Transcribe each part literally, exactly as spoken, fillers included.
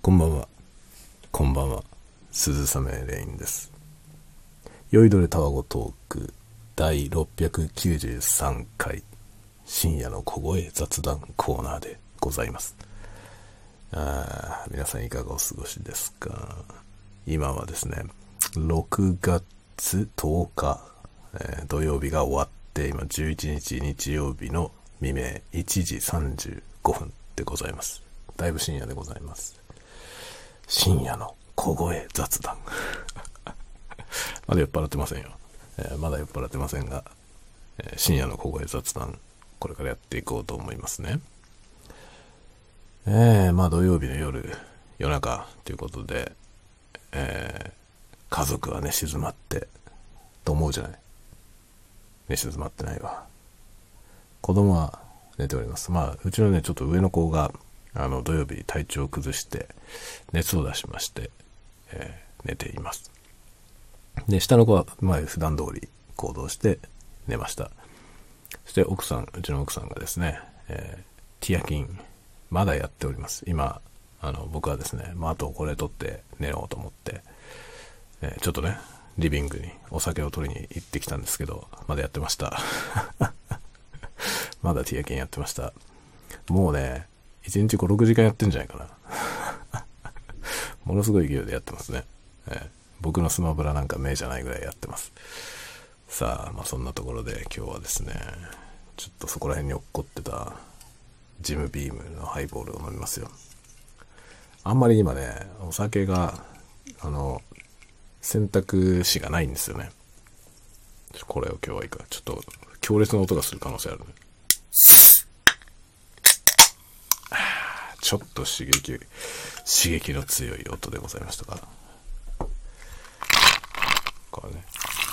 こんばんは。こんばんは。鈴雨レインです。酔いどれタワゴトークだいろっぴゃくきゅうじゅうさんかい深夜の小声雑談コーナーでございます。あー、皆さんいかがお過ごしですか？今はですね、ろくがつとおか、えー、土曜日が終わって今じゅういちにち日曜日の未明いちじさんじゅうごふんでございます。だいぶ深夜でございます。深夜の小声雑談まだ酔っ払ってませんよ、えー、まだ酔っ払ってませんが、えー、深夜の小声雑談これからやっていこうと思いますね。えー、まあ土曜日の夜夜中ということで、えー、家族は寝静まってと思うじゃない。寝静まってないわ。子供は寝ております。まあうちのねちょっと上の子があの土曜日体調を崩して熱を出しまして、えー、寝ています。で下の子はまあ普段通り行動して寝ました。そして奥さんうちの奥さんがですね、えー、ティアキンまだやっております。今あの僕はですね、まあ、あとこれ取って寝ようと思って、えー、ちょっとねリビングにお酒を取りに行ってきたんですけどまだやってましたまだティアキンやってました。もうねいちにちご、ろくじかんやってんじゃないかなものすごい勢いでやってますね、えー、僕のスマブラなんか目じゃないぐらいやってます。さあまあそんなところで今日はですねちょっとそこら辺に落っこってたジムビームのハイボールを飲みますよ。あんまり今ねお酒があの選択肢がないんですよね。これを今日はいいかちょっと強烈な音がする可能性あるね。ちょっと刺激刺激の強い音でございましたか。これね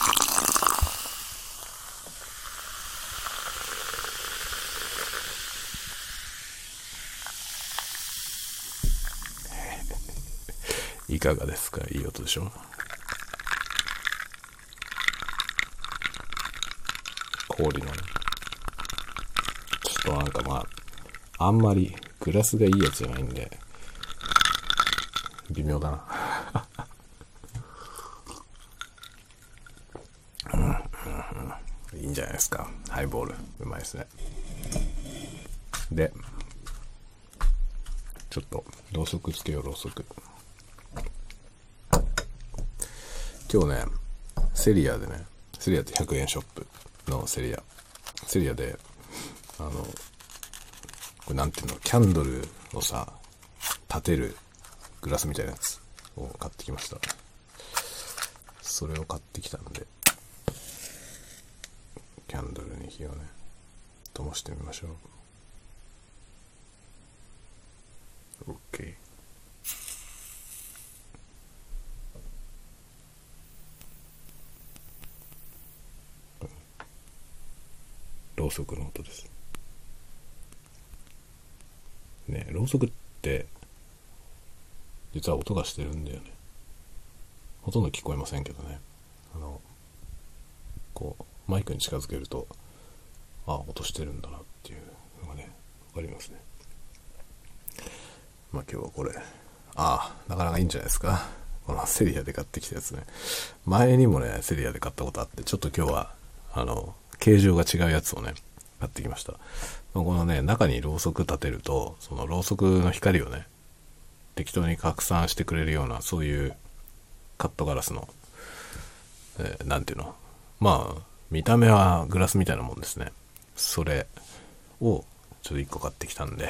いかがですか？いい音でしょ。氷のねちょっとなんかまああんまりグラスがいいやつじゃないんで微妙だなうんうんうん、いいんじゃないですか。ハイボールうまいですね。でちょっとろうそくつけよう。ろうそく今日ねセリアでねセリアってひゃくえんショップのセリアセリアであのこれなんていうのキャンドルをさ立てるグラスみたいなやつを買ってきました。それを買ってきたんでキャンドルに火をね灯してみましょう。 OK。 ろうそくの音ですね。ろうそくって実は音がしてるんだよね。ほとんど聞こえませんけどね。あのこうマイクに近づけるとあ音してるんだなっていうのがねわかりますね。まあ今日はこれああなかなかいいんじゃないですか。このセリアで買ってきたやつね。前にもねセリアで買ったことあってちょっと今日はあの形状が違うやつをね買ってきました。このね中にろうそく立てるとそのろうそくの光をね適当に拡散してくれるようなそういうカットガラスの、えー、なんていうのまあ見た目はグラスみたいなもんですね。それをちょっといっこ買ってきたんで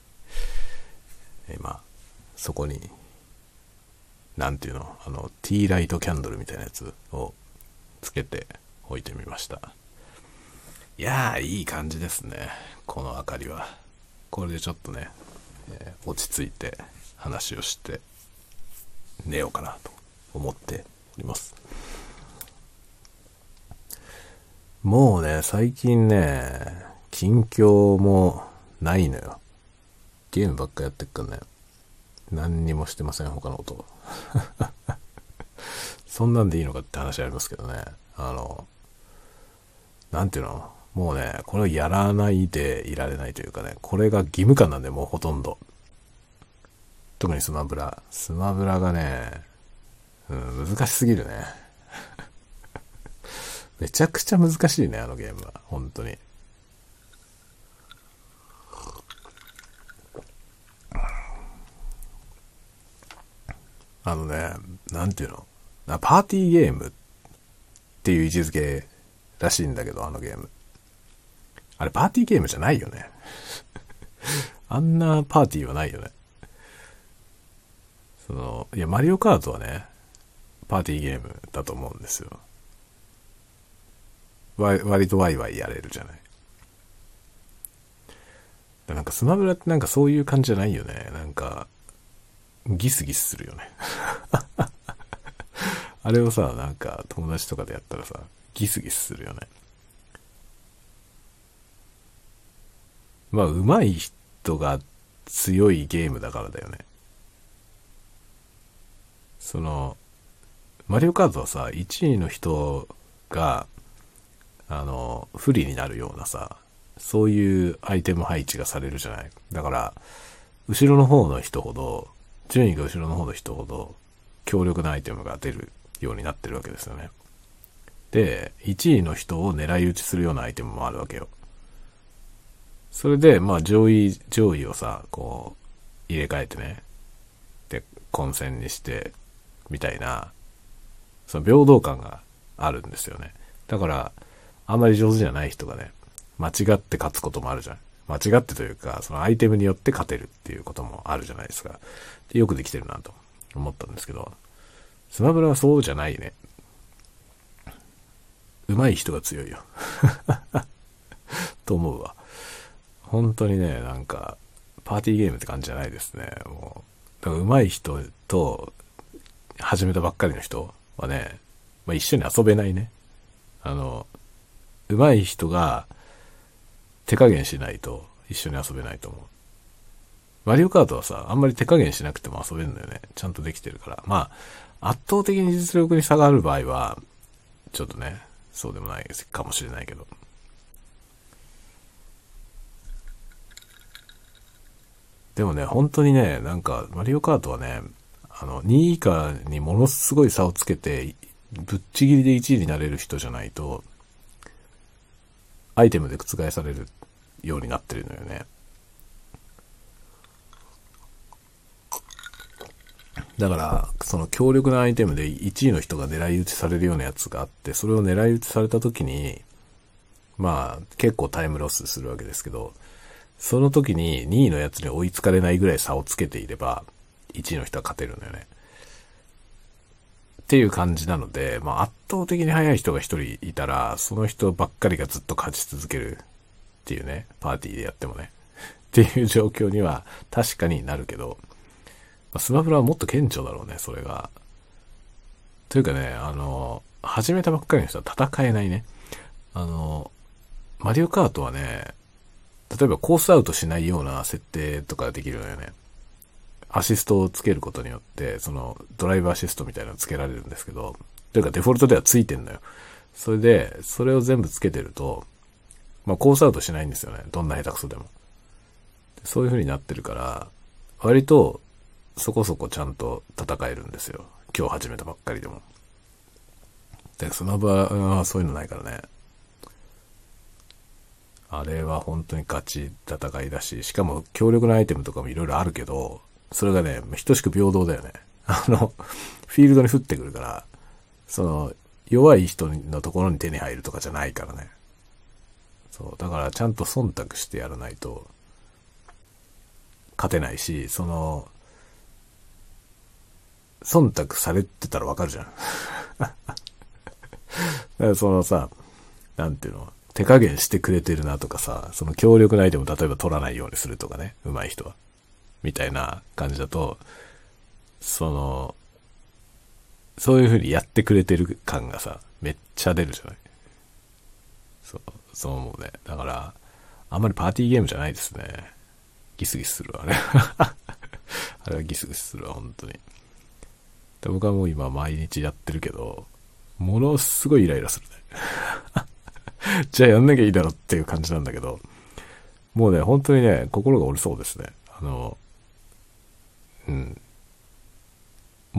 今そこになんていうのあのティーライトキャンドルみたいなやつをつけて置いてみました。いやーいい感じですねこの明かりは。これでちょっとね、えー、落ち着いて話をして寝ようかなと思っております。もうね最近ね近況もないのよ。ゲームばっかやってっからね何にもしてません他のことそんなんでいいのかって話ありますけどね。あのなんていうのもうねこれをやらないでいられないというかねこれが義務感なんでもうほとんど特にスマブラ。スマブラがね、うん、難しすぎるね。めちゃくちゃ難しいね、あのゲームは。本当に。あのね、なんていうの、パーティーゲームっていう位置づけらしいんだけど、あのゲーム。あれパーティーゲームじゃないよね。あんなパーティーはないよね。その、いや、マリオカートはね、パーティーゲームだと思うんですよ。わ割とワイワイやれるじゃない。なんかスマブラってなんかそういう感じじゃないよね。なんか、ギスギスするよね。あれをさ、なんか友達とかでやったらさ、ギスギスするよね。まあ、上手い人が強いゲームだからだよね。その、マリオカートはさ、いちいの人が、あの、不利になるようなさ、そういうアイテム配置がされるじゃない。だから、後ろの方の人ほど、順位が後ろの方の人ほど、強力なアイテムが出るようになってるわけですよね。で、いちいの人を狙い撃ちするようなアイテムもあるわけよ。それで、まあ上位、上位をさ、こう、入れ替えてね。で、混戦にして、みたいな、その平等感があるんですよね。だから、あんまり上手じゃない人がね、間違って勝つこともあるじゃん。間違ってというか、そのアイテムによって勝てるっていうこともあるじゃないですか。でよくできてるなと思ったんですけど、スマブラはそうじゃないね。上手い人が強いよ。と思うわ。本当にね、なんか、パーティーゲームって感じじゃないですね。もう、だから上手い人と、始めたばっかりの人はね、まあ、一緒に遊べないね。あの、上手い人が手加減しないと一緒に遊べないと思う。マリオカートはさ、あんまり手加減しなくても遊べるんだよね。ちゃんとできてるから。まあ、圧倒的に実力に差がある場合は、ちょっとね、そうでもないかもしれないけど。でもね、本当にね、なんか、マリオカートはね、あの、にい以下にものすごい差をつけて、ぶっちぎりでいちいになれる人じゃないと、アイテムで覆されるようになってるのよね。だから、その強力なアイテムでいちいの人が狙い撃ちされるようなやつがあって、それを狙い撃ちされた時に、まあ、結構タイムロスするわけですけど、その時ににいのやつに追いつかれないぐらい差をつけていれば、いちいの人は勝てるんだよね。っていう感じなので、まあ圧倒的に速い人が一人いたら、その人ばっかりがずっと勝ち続けるっていうね、パーティーでやってもね。っていう状況には確かになるけど、スマブラはもっと顕著だろうね、それが。というかね、あの、始めたばっかりの人は戦えないね。あの、マリオカートはね、例えばコースアウトしないような設定とかができるのよね。アシストをつけることによって、そのドライブアシストみたいなのつけられるんですけど、というかデフォルトではついてんのよ。それで、それを全部つけてると、まあコースアウトしないんですよね。どんな下手くそでも。そういう風になってるから、割とそこそこちゃんと戦えるんですよ。今日始めたばっかりでも。で、スマブラはそういうのないからね。あれは本当にガチ戦いだし、しかも強力なアイテムとかもいろいろあるけど、それがね、等しく平等だよね。あの、フィールドに降ってくるから、その、弱い人のところに手に入るとかじゃないからね。そう、だからちゃんと忖度してやらないと、勝てないし、その、忖度されてたらわかるじゃん。だからそのさ、なんていうの、手加減してくれてるなとかさ、その強力なアイテムを例えば取らないようにするとかね、上手い人は。みたいな感じだと、その、そういう風にやってくれてる感がさ、めっちゃ出るじゃない。そう、そう思うね。だから、あんまりパーティーゲームじゃないですね。ギスギスするわね。あれはギスギスするわ、本当に。で僕はもう今毎日やってるけど、ものすごいイライラするね。じゃあやんなきゃいいだろっていう感じなんだけど、もうね、本当にね、心が折れそうですね。あの、うん、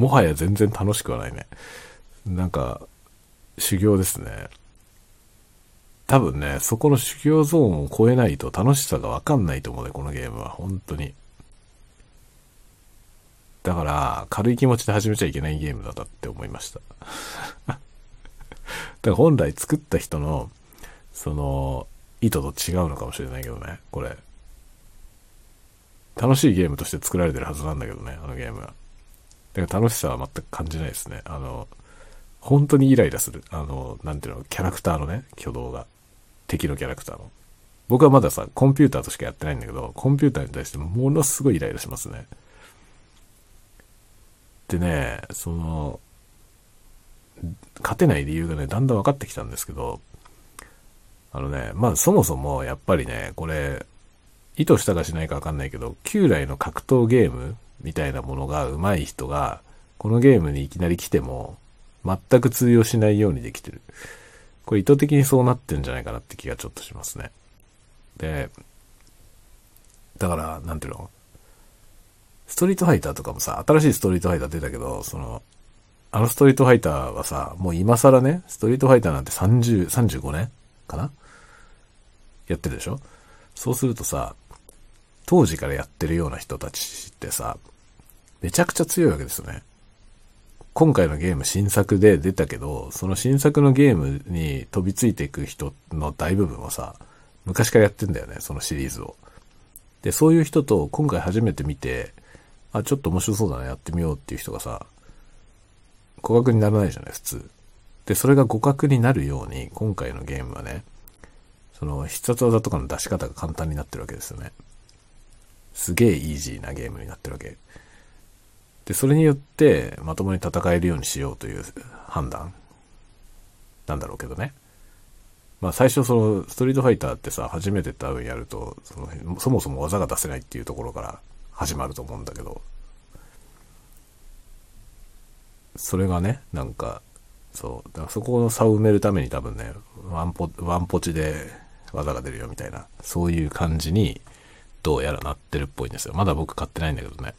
もはや全然楽しくはないね。なんか、修行ですね。多分ね、そこの修行ゾーンを超えないと楽しさがわかんないと思うね、このゲームは。本当に。だから、軽い気持ちで始めちゃいけないゲームだったって思いました。だから本来作った人の、その、意図と違うのかもしれないけどね、これ。楽しいゲームとして作られてるはずなんだけどね、あのゲームは。だから楽しさは全く感じないですね。あの、本当にイライラする。あの、なんていうの、キャラクターのね、挙動が。敵のキャラクターの。僕はまださ、コンピューターとしかやってないんだけど、コンピューターに対してものすごいイライラしますね。でね、その、勝てない理由がね、だんだん分かってきたんですけど、あのね、まあそもそもやっぱりね、これ、意図したかしないか分かんないけど、旧来の格闘ゲームみたいなものが上手い人が、このゲームにいきなり来ても、全く通用しないようにできてる。これ意図的にそうなってるんじゃないかなって気がちょっとしますね。で、だから、なんていうの、ストリートファイターとかもさ、新しいストリートファイター出たけど、その、あのストリートファイターはさ、もう今更ね、ストリートファイターなんてさんじゅう、さんじゅうごねんかなやってるでしょ。そうするとさ、当時からやってるような人たちってさ、めちゃくちゃ強いわけですよね。今回のゲーム新作で出たけど、その新作のゲームに飛びついていく人の大部分はさ、昔からやってんだよね、そのシリーズを。で、そういう人と今回初めて見て、あ、ちょっと面白そうだな、やってみようっていう人がさ、互角にならないじゃない、普通。で、それが互角になるように、今回のゲームはね、その必殺技とかの出し方が簡単になってるわけですよね。すげえイージーなゲームになってるわけ。で、それによってまともに戦えるようにしようという判断なんだろうけどね。まあ最初そのストリートファイターってさ、初めて多分やると、その、そもそも技が出せないっていうところから始まると思うんだけど、それがね、なんか、そう、だからそこの差を埋めるために多分ね、ワンポ、ワンポチで技が出るよみたいな、そういう感じにどうやらなってるっぽいんですよ。まだ僕買ってないんだけどね。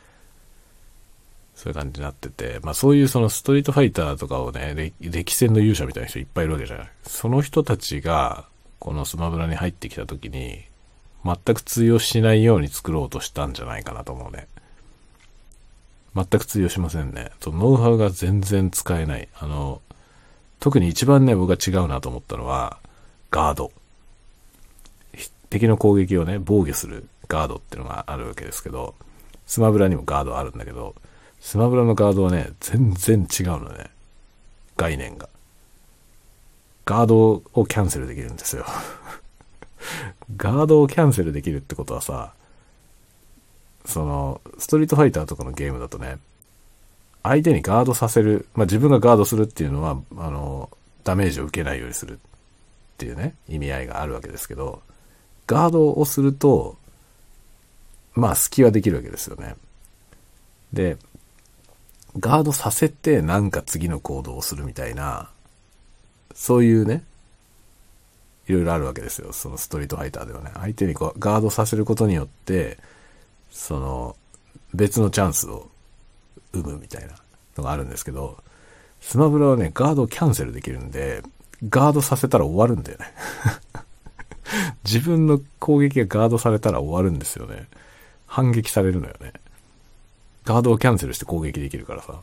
そういう感じになってて、まあそういうそのストリートファイターとかをね、歴戦の勇者みたいな人いっぱいいるわけじゃない。その人たちが、このスマブラに入ってきた時に、全く通用しないように作ろうとしたんじゃないかなと思うね。全く通用しませんね。そのノウハウが全然使えない。あの、特に一番ね、僕が違うなと思ったのは、ガード。敵の攻撃をね、防御するガードっていうのがあるわけですけど、スマブラにもガードあるんだけど、スマブラのガードはね、全然違うのね。概念が。ガードをキャンセルできるんですよ。ガードをキャンセルできるってことはさ、その、ストリートファイターとかのゲームだとね、相手にガードさせる、まあ、自分がガードするっていうのは、あの、ダメージを受けないようにするっていうね、意味合いがあるわけですけど、ガードをすると、まあ、隙はできるわけですよね。で、ガードさせてなんか次の行動をするみたいな、そういうね、いろいろあるわけですよ。そのストリートファイターではね。相手にこうガードさせることによって、その別のチャンスを生むみたいなのがあるんですけど、スマブラはね、ガードをキャンセルできるんで、ガードさせたら終わるんだよね。自分の攻撃がガードされたら終わるんですよね。反撃されるのよね。ガードをキャンセルして攻撃できるからさ。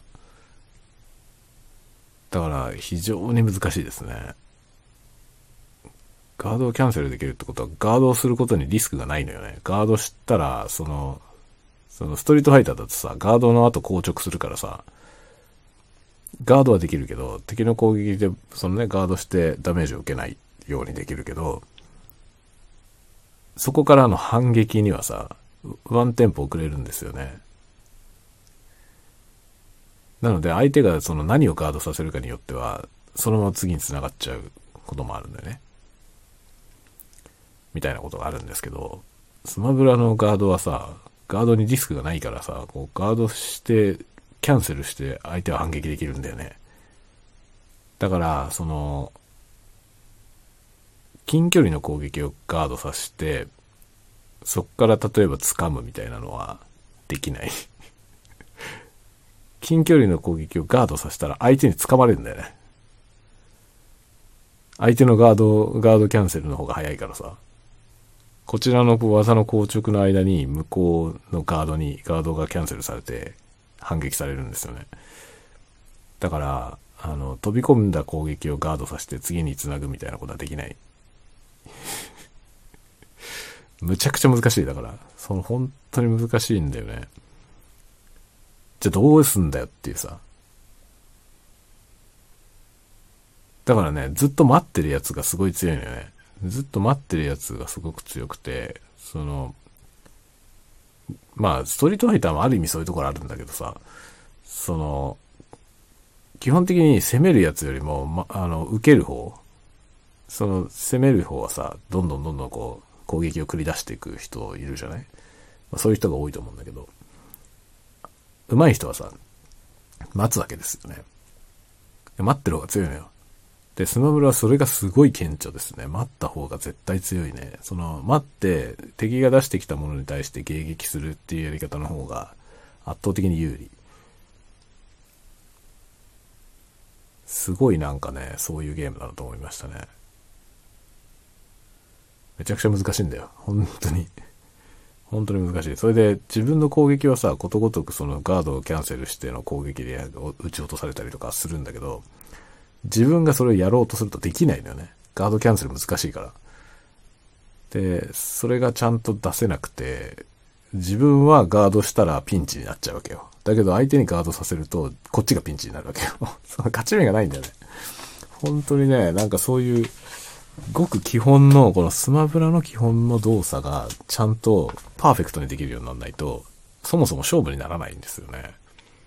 だから非常に難しいですね。ガードをキャンセルできるってことはガードをすることにリスクがないのよね。ガードしたら、その、そのストリートファイターだとさ、ガードの後硬直するからさ、ガードはできるけど、敵の攻撃でそのね、ガードしてダメージを受けないようにできるけど、そこからの反撃にはさ、ワンテンポ遅れるんですよね。なので相手がその何をガードさせるかによっては、そのまま次に繋がっちゃうこともあるんだよね。みたいなことがあるんですけど、スマブラのガードはさ、ガードにリスクがないからさ、こうガードして、キャンセルして相手は反撃できるんだよね。だから、その、近距離の攻撃をガードさせて、そっから例えば掴むみたいなのはできない。 近距離の攻撃をガードさせたら相手に掴まれるんだよね。相手のガード、ガードキャンセルの方が早いからさ。こちらの技の硬直の間に向こうのガードに、ガードがキャンセルされて反撃されるんですよね。だから、あの、飛び込んだ攻撃をガードさせて次に繋ぐみたいなことはできない。むちゃくちゃ難しい。だから、その本当に難しいんだよね。じゃあどうすんだよっていうさ。だからね、ずっと待ってるやつがすごい強いのよね。ずっと待ってるやつがすごく強くて、その、まあ、ストリートファイターもある意味そういうところあるんだけどさ、その、基本的に攻めるやつよりも、ま、あの、受ける方、その、攻める方はさ、どんどんどんどんこう、攻撃を繰り出していく人いるじゃない？まあ、そういう人が多いと思うんだけど、上手い人はさ、待つわけですよね。待ってる方が強いのよ。で、スマブラはそれがすごい顕著ですね。待った方が絶対強いね。その、待って敵が出してきたものに対して迎撃するっていうやり方の方が圧倒的に有利。すごいなんかね、そういうゲームだなと思いましたね。めちゃくちゃ難しいんだよ。本当に。本当に難しい。それで自分の攻撃はさ、ことごとくそのガードをキャンセルしての攻撃で撃ち落とされたりとかするんだけど、自分がそれをやろうとするとできないのよね。ガードキャンセル難しいから。で、それがちゃんと出せなくて、自分はガードしたらピンチになっちゃうわけよ。だけど相手にガードさせると、こっちがピンチになるわけよ。その勝ち目がないんだよね。本当にね、なんかそういう、ごく基本の、このスマブラの基本の動作が、ちゃんとパーフェクトにできるようにならないと、そもそも勝負にならないんですよね。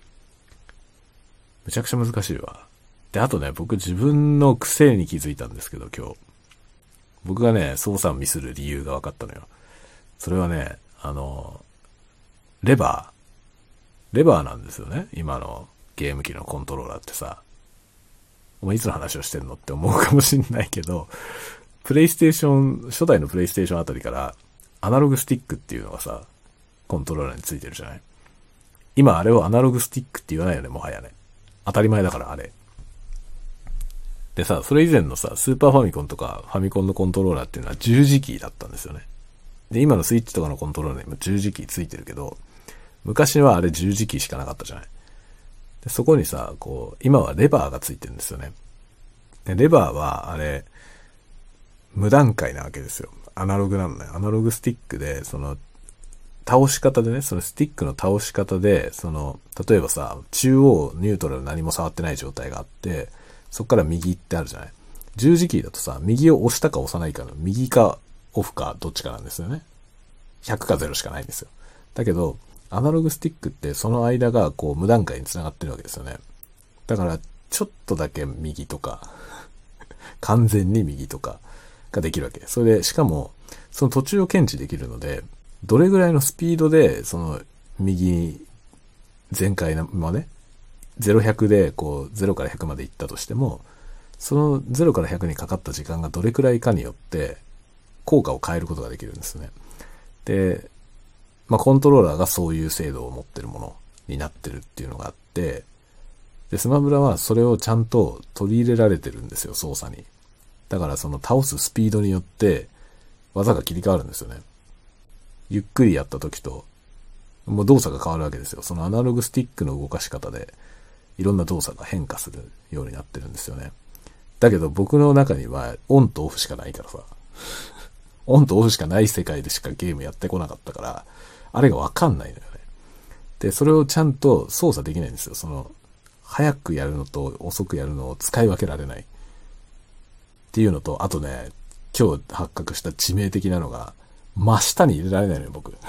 めちゃくちゃ難しいわ。で、あとね、僕自分の癖に気づいたんですけど、今日。僕がね、操作をミスる理由が分かったのよ。それはね、あの、レバー。レバーなんですよね。今のゲーム機のコントローラーってさ。お前いつの話をしてんのって思うかもしんないけど、プレイステーション、初代のプレイステーションあたりから、アナログスティックっていうのがさ、コントローラーについてるじゃない？今あれをアナログスティックって言わないよね、もはやね。当たり前だからあれ。でさ、それ以前のさ、スーパーファミコンとかファミコンのコントローラーっていうのは十字キーだったんですよね。で、今のスイッチとかのコントローラーにも十字キーついてるけど、昔はあれ十字キーしかなかったじゃない。で、そこにさ、こう、今はレバーがついてるんですよね。で、レバーはあれ、無段階なわけですよ。アナログなんだよ。アナログスティックで、その、倒し方でね、そのスティックの倒し方で、その、例えばさ、中央、ニュートラル何も触ってない状態があって、そっから右ってあるじゃない。十字キーだとさ、右を押したか押さないかの、右かオフかどっちかなんですよね。ひゃくかゼロしかないんですよ。だけど、アナログスティックってその間がこう無段階に繋がってるわけですよね。だから、ちょっとだけ右とか、完全に右とかができるわけ。それで、しかも、その途中を検知できるので、どれぐらいのスピードで、その、右、全開のまで、ゼロひゃくで、こう、ゼロからひゃくまで行ったとしても、そのゼロからひゃくにかかった時間がどれくらいかによって、効果を変えることができるんですね。で、まあ、コントローラーがそういう精度を持ってるものになってるっていうのがあって、で、スマブラはそれをちゃんと取り入れられてるんですよ、操作に。だからその倒すスピードによって、技が切り替わるんですよね。ゆっくりやった時と、もう動作が変わるわけですよ。そのアナログスティックの動かし方で、いろんな動作が変化するようになってるんですよね。だけど僕の中にはオンとオフしかないからさ。オンとオフしかない世界でしかゲームやってこなかったから、あれがわかんないのよね。で、それをちゃんと操作できないんですよ。その、早くやるのと遅くやるのを使い分けられない。っていうのと、あとね、今日発覚した致命的なのが、真下に入れられないのよ、僕。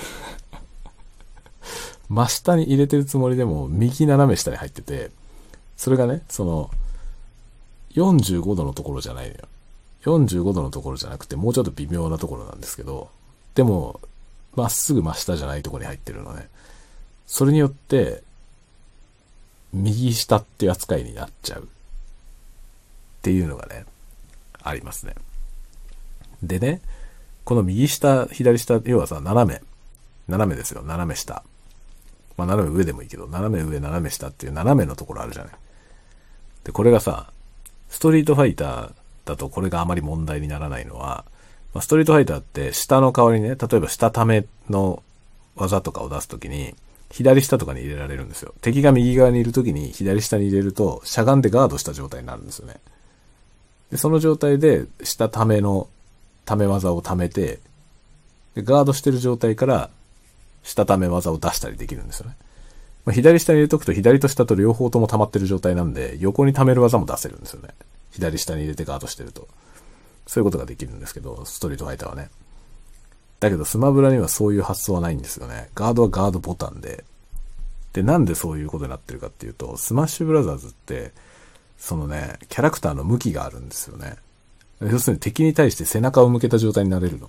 真下に入れてるつもりでも、右斜め下に入ってて、それがね、その、よんじゅうごどのところじゃないのよ。よんじゅうごどのところじゃなくて、もうちょっと微妙なところなんですけど、でも、まっすぐ真下じゃないところに入ってるのね。それによって、右下っていう扱いになっちゃう。っていうのがね、ありますね。でね、この右下、左下、要はさ、斜め。斜めですよ、斜め下。 まあ斜め上でもいいけど、斜め上、斜め下っていう斜めのところあるじゃない。で、これがさ、ストリートファイターだとこれがあまり問題にならないのは、まあ、ストリートファイターって下の代わりにね、例えば下ための技とかを出すときに、左下とかに入れられるんですよ。敵が右側にいるときに左下に入れると、しゃがんでガードした状態になるんですよね。で、その状態で下ための、ため技をためて、でガードしてる状態から下ため技を出したりできるんですよね。まあ、左下に入れとくと左と下と両方とも溜まってる状態なんで、横に溜める技も出せるんですよね。左下に入れてガードしてると。そういうことができるんですけど、ストリートファイターはね。だけどスマブラにはそういう発想はないんですよね。ガードはガードボタンで。で、なんでそういうことになってるかっていうと、スマッシュブラザーズって、そのね、キャラクターの向きがあるんですよね。要するに敵に対して背中を向けた状態になれるの。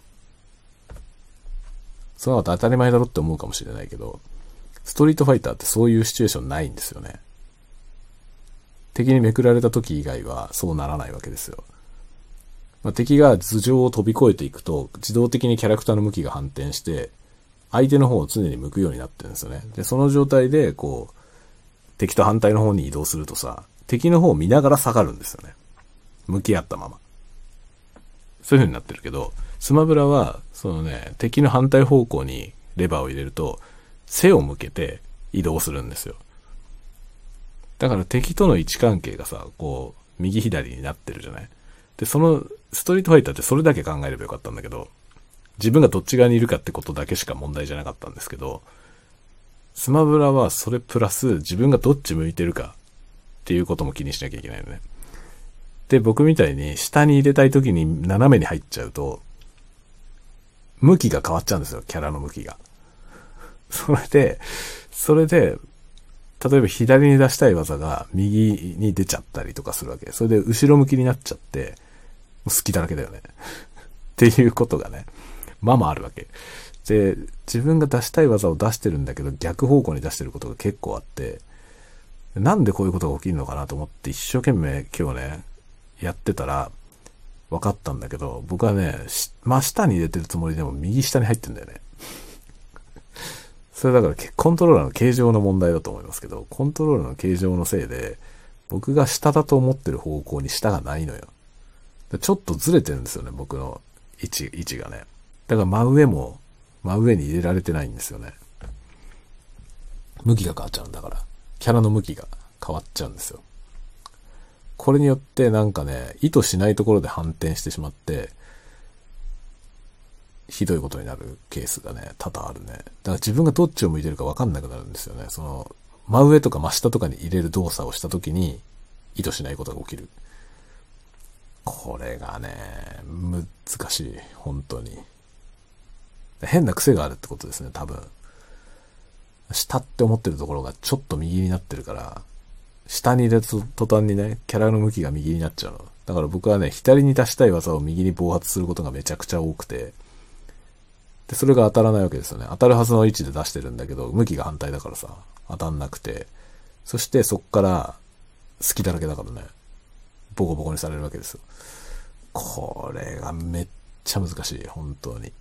その後当たり前だろって思うかもしれないけど、ストリートファイターってそういうシチュエーションないんですよね。敵にめくられた時以外はそうならないわけですよ。まあ、敵が頭上を飛び越えていくと、自動的にキャラクターの向きが反転して、相手の方を常に向くようになってるんですよね。で、その状態で、こう、敵と反対の方に移動するとさ、敵の方を見ながら下がるんですよね。向き合ったまま。そういう風になってるけど、スマブラは、そのね、敵の反対方向にレバーを入れると、背を向けて移動するんですよ。だから敵との位置関係がさ、こう、右左になってるじゃない。で、その、ストリートファイターってそれだけ考えればよかったんだけど、自分がどっち側にいるかってことだけしか問題じゃなかったんですけど、スマブラはそれプラス自分がどっち向いてるかっていうことも気にしなきゃいけないよね。で、僕みたいに下に入れたい時に斜めに入っちゃうと、向きが変わっちゃうんですよ、キャラの向きが。それで、それで、例えば左に出したい技が右に出ちゃったりとかするわけ。それで後ろ向きになっちゃって、好きだらけだよね。っていうことがね、まあまああるわけ。で、自分が出したい技を出してるんだけど、逆方向に出してることが結構あって、なんでこういうことが起きるのかなと思って一生懸命今日ね、やってたら分かったんだけど、僕はね、真下に入れてるつもりでも右下に入ってるんだよね。それだからコントローラーの形状の問題だと思いますけど、コントローラーの形状のせいで、僕が下だと思ってる方向に下がないのよ。ちょっとずれてるんですよね、僕の位置、位置がね。だから真上も、真上に入れられてないんですよね。向きが変わっちゃうんだから。キャラの向きが変わっちゃうんですよ。これによってなんかね、意図しないところで反転してしまって、ひどいことになるケースがね、多々あるね。だから自分がどっちを向いてるか分かんなくなるんですよね。その、真上とか真下とかに入れる動作をしたときに、意図しないことが起きる。これがね、難しい。本当に。変な癖があるってことですね、多分。下って思ってるところがちょっと右になってるから、下に入れた途端にね、キャラの向きが右になっちゃうの。だから僕はね、左に出したい技を右に暴発することがめちゃくちゃ多くて、で、それが当たらないわけですよね。当たるはずの位置で出してるんだけど、向きが反対だからさ、当たんなくて、そしてそっから好きだらけだからね、ボコボコにされるわけですよ。これがめっちゃ難しい、本当に。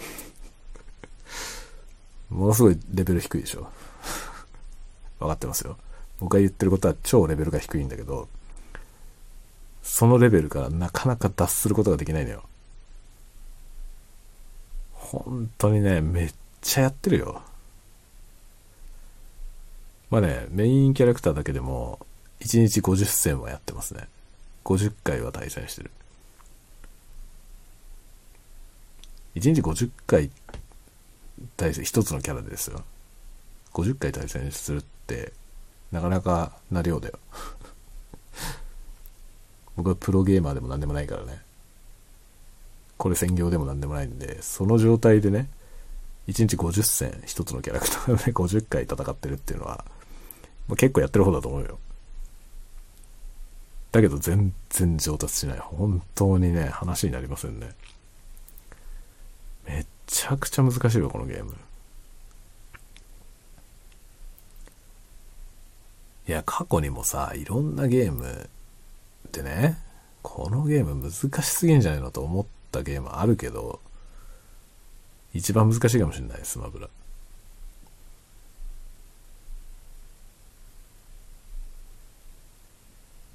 ものすごいレベル低いでしょ。わかってますよ。僕が言ってることは超レベルが低いんだけど、そのレベルからなかなか脱することができないのよ。本当にね、めっちゃやってるよ。まあね、メインキャラクターだけでもいちにちごじゅっ戦はやってますね。ごじゅっかいは対戦してる。いちにちごじゅっかい対戦、一つのキャラでですよ。ごじゅっかい対戦するってなかなかな量だよ。僕はプロゲーマーでもなんでもないからね。これ専業でもなんでもないんで、その状態でね、いちにちごじゅっ戦一つのキャラクターでごじゅっかい戦ってるっていうのは、まあ、結構やってる方だと思うよ。だけど全然上達しない。本当にね、話になりませんね。めっちゃくちゃ難しいわ、このゲーム。いや、過去にもさ、いろんなゲームでね、このゲーム難しすぎんじゃないのと思ったゲームあるけど、一番難しいかもしれない、スマブラ。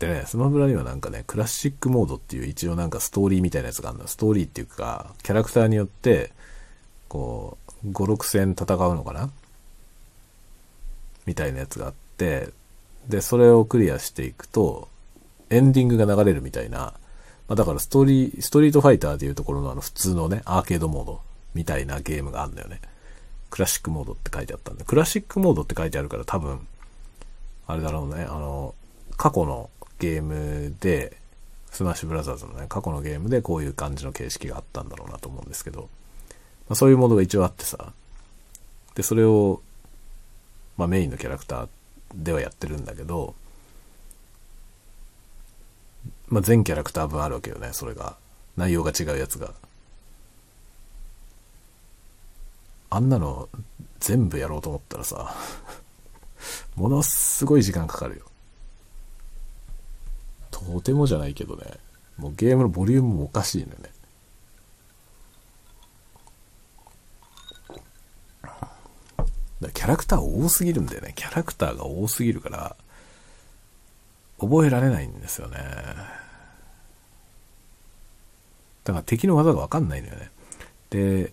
でね、スマブラにはなんかね、クラシックモードっていう一応なんかストーリーみたいなやつがあるの。ストーリーっていうか、キャラクターによって、こう、ご、ろく戦戦うのかなみたいなやつがあって、で、それをクリアしていくと、エンディングが流れるみたいな、まあ、だからストーリー、ストリートファイターでいうところのあの普通のね、アーケードモードみたいなゲームがあるんだよね。クラシックモードって書いてあったんで、クラシックモードって書いてあるから多分、あれだろうね、あの、過去のゲームで、スマッシュブラザーズのね、過去のゲームでこういう感じの形式があったんだろうなと思うんですけど、まあ、そういうモードが一応あってさ、で、それを、まあメインのキャラクターではやってるんだけど、まあ全キャラクター分あるわけよね、それが。内容が違うやつが。あんなの全部やろうと思ったらさ、ものすごい時間かかるよ。とてもじゃないけどね、もうゲームのボリュームもおかしいのよね。だキャラクター多すぎるんだよね。キャラクターが多すぎるから、覚えられないんですよね。だから敵の技がわかんないのよね。で、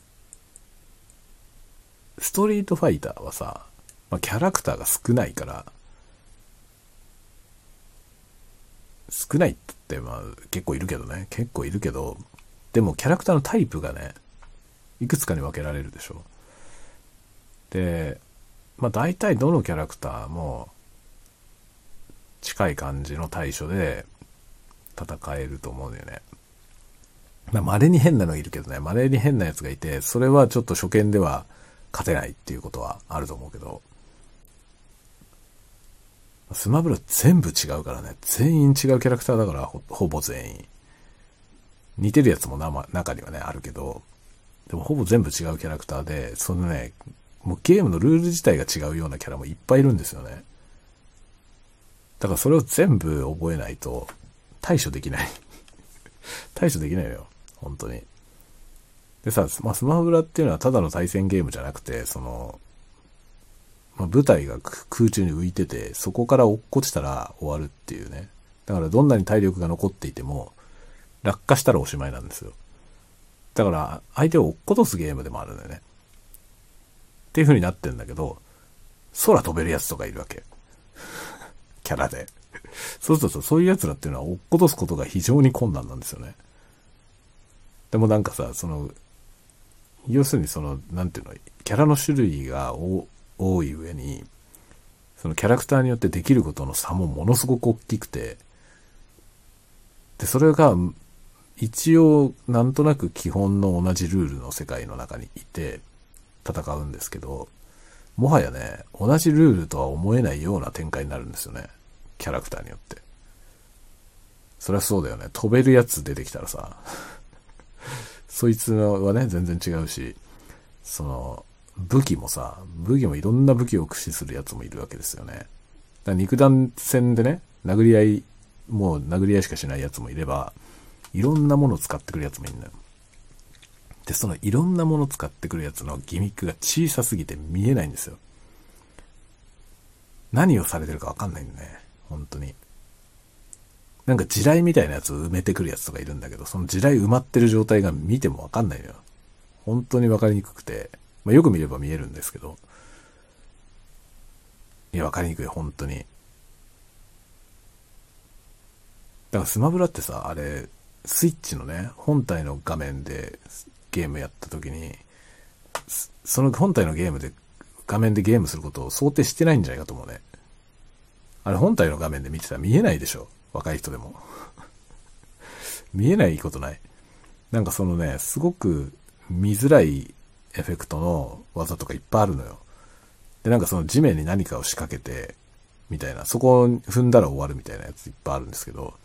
ストリートファイターはさ、まあ、キャラクターが少ないから、少ないって言ってまあ結構いるけどね。結構いるけど、でもキャラクターのタイプがね、いくつかに分けられるでしょ。で、まあ大体どのキャラクターも近い感じの対処で戦えると思うんだよね。まあ稀に変なのいるけどね、稀に変なやつがいて、それはちょっと初見では勝てないっていうことはあると思うけど、スマブラ全部違うからね、全員違うキャラクターだから、ほ、ほぼ全員。似てるやつもな中にはね、あるけど、でもほぼ全部違うキャラクターで、そのね、もうゲームのルール自体が違うようなキャラもいっぱいいるんですよね。だからそれを全部覚えないと対処できない。対処できないのよ。本当に。でさ、まあ、スマブラっていうのはただの対戦ゲームじゃなくて、その、まあ、舞台が空中に浮いてて、そこから落っこちたら終わるっていうね。だからどんなに体力が残っていても、落下したらおしまいなんですよ。だから相手を落っことすゲームでもあるんだよね。っていう風になってるんだけど、空飛べるやつとかいるわけ。キャラで。そうするとそういうやつらっていうのは落っことすことが非常に困難なんですよね。でもなんかさ、その、要するにその、なんていうの、キャラの種類が多い上に、そのキャラクターによってできることの差もものすごく大きくて、で、それが、一応、なんとなく基本の同じルールの世界の中にいて、戦うんですけど、もはやね、同じルールとは思えないような展開になるんですよね。キャラクターによって。そりゃそうだよね。飛べるやつ出てきたらさ、そいつはね、全然違うし、その、武器もさ、武器もいろんな武器を駆使するやつもいるわけですよね。だから肉弾戦でね、殴り合い、もう殴り合いしかしないやつもいれば、いろんなものを使ってくるやつもいるんだよ。で、そのいろんなものを使ってくるやつのギミックが小さすぎて見えないんですよ。何をされてるかわかんないんだね。本当に。なんか地雷みたいなやつを埋めてくるやつとかいるんだけど、その地雷埋まってる状態が見てもわかんないのよ。本当にわかりにくくて、まあ、よく見れば見えるんですけど、いや、わかりにくい、本当に。だからスマブラってさ、あれ、スイッチのね、本体の画面でゲームやった時に、その本体のゲームで、画面でゲームすることを想定してないんじゃないかと思うね。あれ本体の画面で見てたら見えないでしょ。若い人でも。見えないことない。なんかそのね、すごく見づらいエフェクトの技とかいっぱいあるのよ。で、なんかその地面に何かを仕掛けて、みたいな、そこを踏んだら終わるみたいなやついっぱいあるんですけど、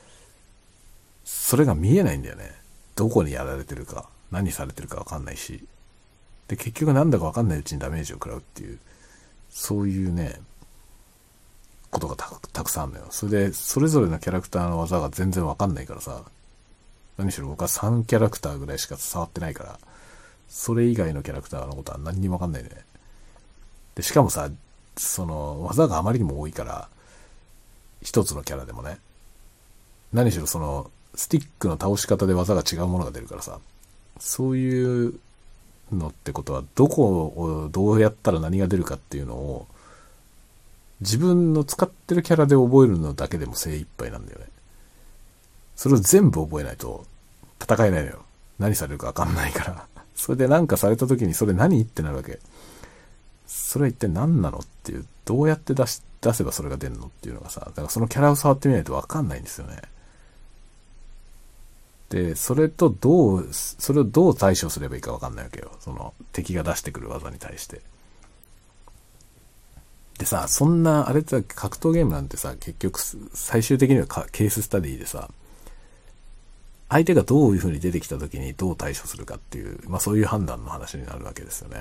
それが見えないんだよね。どこにやられてるか、何されてるかわかんないし。で、結局なんだかわかんないうちにダメージを食らうっていう、そういうね、ことが た, たくさんあるのよ。それで、それぞれのキャラクターの技が全然わかんないからさ、何しろ僕はさんキャラクターぐらいしか触ってないから、それ以外のキャラクターのことは何にもわかんないね。で、しかもさ、その技があまりにも多いから、 一つのキャラでもね。何しろその、スティックの倒し方で技が違うものが出るからさ。そういうのってことは、どこをどうやったら何が出るかっていうのを、自分の使ってるキャラで覚えるのだけでも精一杯なんだよね。それを全部覚えないと戦えないのよ。何されるか分かんないから。それで何かされた時にそれ何ってなるわけ。それは一体何なのっていう、どうやって出し、出せばそれが出るのっていうのがさ、だからそのキャラを触ってみないと分かんないんですよね。で、それとどう、それをどう対処すればいいか分かんないわけよ。その敵が出してくる技に対して。でさ、そんな、あれって格闘ゲームなんてさ、結局最終的にはケーススタディでさ、相手がどういう風に出てきた時にどう対処するかっていう、まあそういう判断の話になるわけですよね。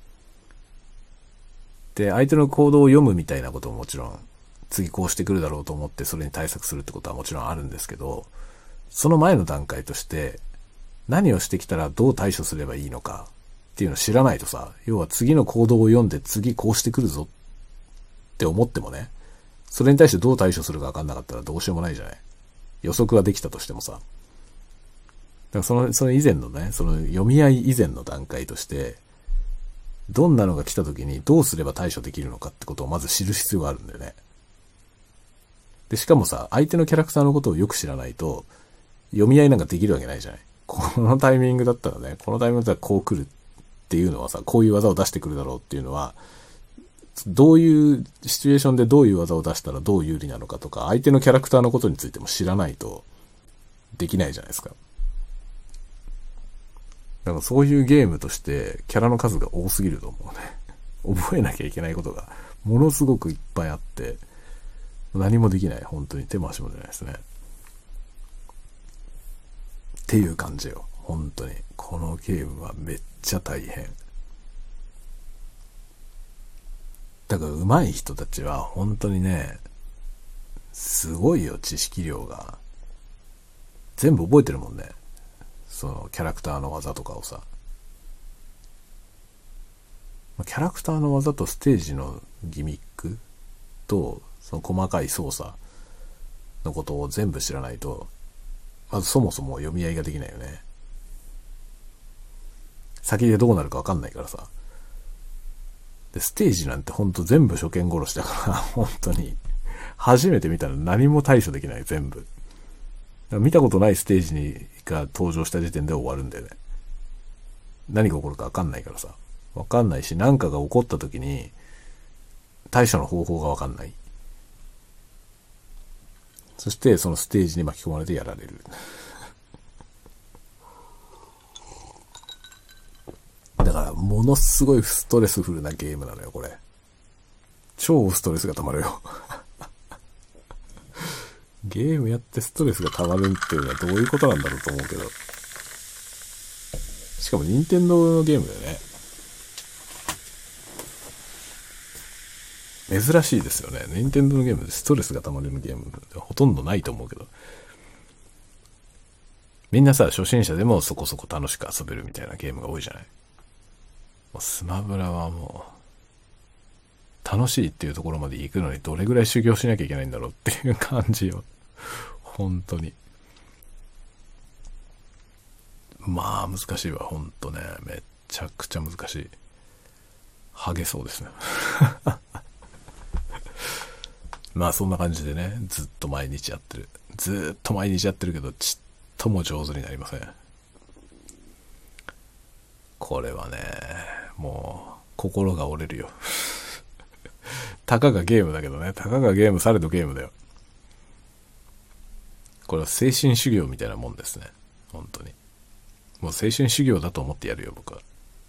で、相手の行動を読むみたいなことももちろん、次こうしてくるだろうと思ってそれに対策するってことはもちろんあるんですけど、その前の段階として、何をしてきたらどう対処すればいいのかっていうのを知らないとさ、要は次の行動を読んで次こうしてくるぞって思ってもね、それに対してどう対処するか分かんなかったらどうしようもないじゃない。予測はできたとしてもさ。だからその、その以前のね、その読み合い以前の段階として、どんなのが来た時にどうすれば対処できるのかってことをまず知る必要があるんだよね。で、しかもさ、相手のキャラクターのことをよく知らないと、読み合いなんかできるわけないじゃない。このタイミングだったらね、このタイミングだったらこう来るっていうのはさ、こういう技を出してくるだろうっていうのは、どういうシチュエーションでどういう技を出したらどう有利なのかとか、相手のキャラクターのことについても知らないとできないじゃないですか。だからそういうゲームとしてキャラの数が多すぎると思うね。覚えなきゃいけないことがものすごくいっぱいあって、何もできない。本当に手も足も出ないですね。っていう感じよ。本当に。このゲームはめっちゃ大変。だから上手い人たちは本当にね、すごいよ、知識量が。全部覚えてるもんね。そのキャラクターの技とかをさ。キャラクターの技とステージのギミックと、その細かい操作のことを全部知らないと、まずそもそも読み合いができないよね。先でどうなるか分かんないからさ。で、ステージなんてほんと全部初見殺しだから、本当に。初めて見たら何も対処できない、全部。だから見たことないステージにが登場した時点で終わるんだよね。何が起こるか分かんないからさ。分かんないし、何かが起こった時に、対処の方法が分かんない。そして、そのステージに巻き込まれてやられる。だから、ものすごいストレスフルなゲームなのよ、これ。超ストレスが溜まるよ。ゲームやってストレスが溜まるっていうのはどういうことなんだろうと思うけど。しかも、任天堂のゲームだよね。珍しいですよね。任天堂のゲームでストレスが溜まるゲームほとんどないと思うけど。みんなさ、初心者でもそこそこ楽しく遊べるみたいなゲームが多いじゃない。もうスマブラはもう、楽しいっていうところまで行くのにどれぐらい修行しなきゃいけないんだろうっていう感じよ。本当に。まあ難しいわ、本当ね。めちゃくちゃ難しい。ハゲそうですね。まあそんな感じでね、ずっと毎日やってる。ずっと毎日やってるけど、ちっとも上手になりません。これはね、もう、心が折れるよ。たかがゲームだけどね、たかがゲームされどゲームだよ。これは精神修行みたいなもんですね。本当に。もう精神修行だと思ってやるよ、僕は。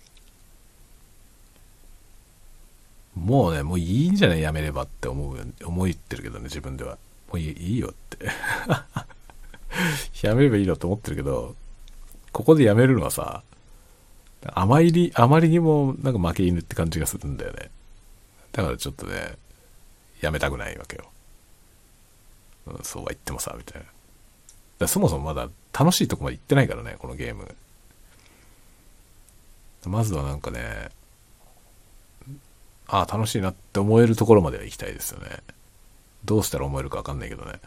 もうね、もういいんじゃないやめればって思う、思ってるけどね、自分では。もういい、いいよって。やめればいいよと思ってるけど、ここでやめるのはさ、あまり、あまりにもなんか負け犬って感じがするんだよね。だからちょっとね、やめたくないわけよ。うん、そうは言ってもさ、みたいな。だからそもそもまだ楽しいとこまで行ってないからね、このゲーム。まずはなんかね、ああ、楽しいなって思えるところまでは行きたいですよね。 どうしたら思えるかわかんないけどね。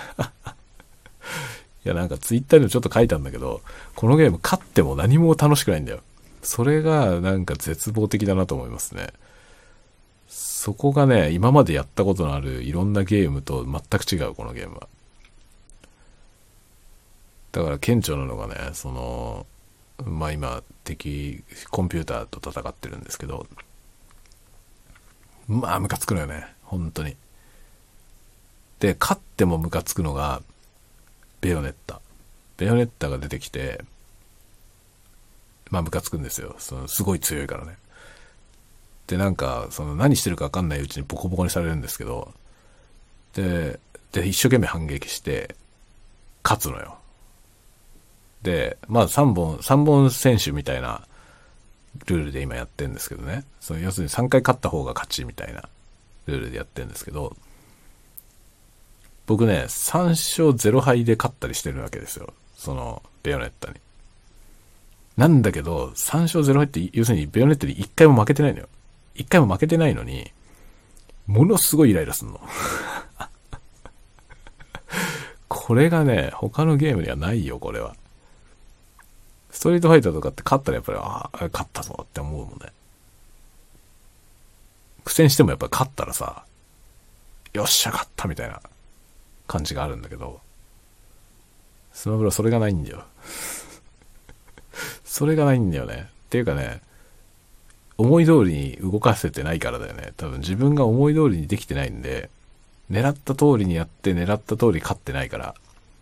いや、なんかツイッターでもちょっと書いたんだけど、このゲーム勝っても何も楽しくないんだよ。それがなんか絶望的だなと思いますね。そこがね、今までやったことのあるいろんなゲームと全く違う、このゲームは。だから顕著なのがね、その、まあ今、敵、コンピューターと戦ってるんですけど、まあムカつくのよね、本当に。で、勝ってもムカつくのが、ベヨネッタ。ベヨネッタが出てきて、まあムカつくんですよ。そのすごい強いからね。で、なんか、その何してるか分かんないうちにボコボコにされるんですけど、で、で、一生懸命反撃して、勝つのよ。で、まあさんぼん、さんぼん選手みたいなルールで今やってるんですけどね。その要するにさんかい勝った方が勝ちみたいなルールでやってるんですけど、僕ね、さんしょうゼロはいで勝ったりしてるわけですよ。その、ベヨネッタに。なんだけど、さんしょうゼロはいって、要するにベヨネッタにいっかいも負けてないのよ。いっかいも負けてないのに、ものすごいイライラすんの。これがね、他のゲームにはないよ、これは。ストリートファイターとかって勝ったらやっぱり、ああ、勝ったぞって思うもんね。苦戦してもやっぱり勝ったらさ、よっしゃ勝ったみたいな感じがあるんだけど、スマブラそれがないんだよ。それがないんだよね。っていうかね、思い通りに動かせてないからだよね。多分自分が思い通りにできてないんで、狙った通りにやって狙った通り勝ってないから、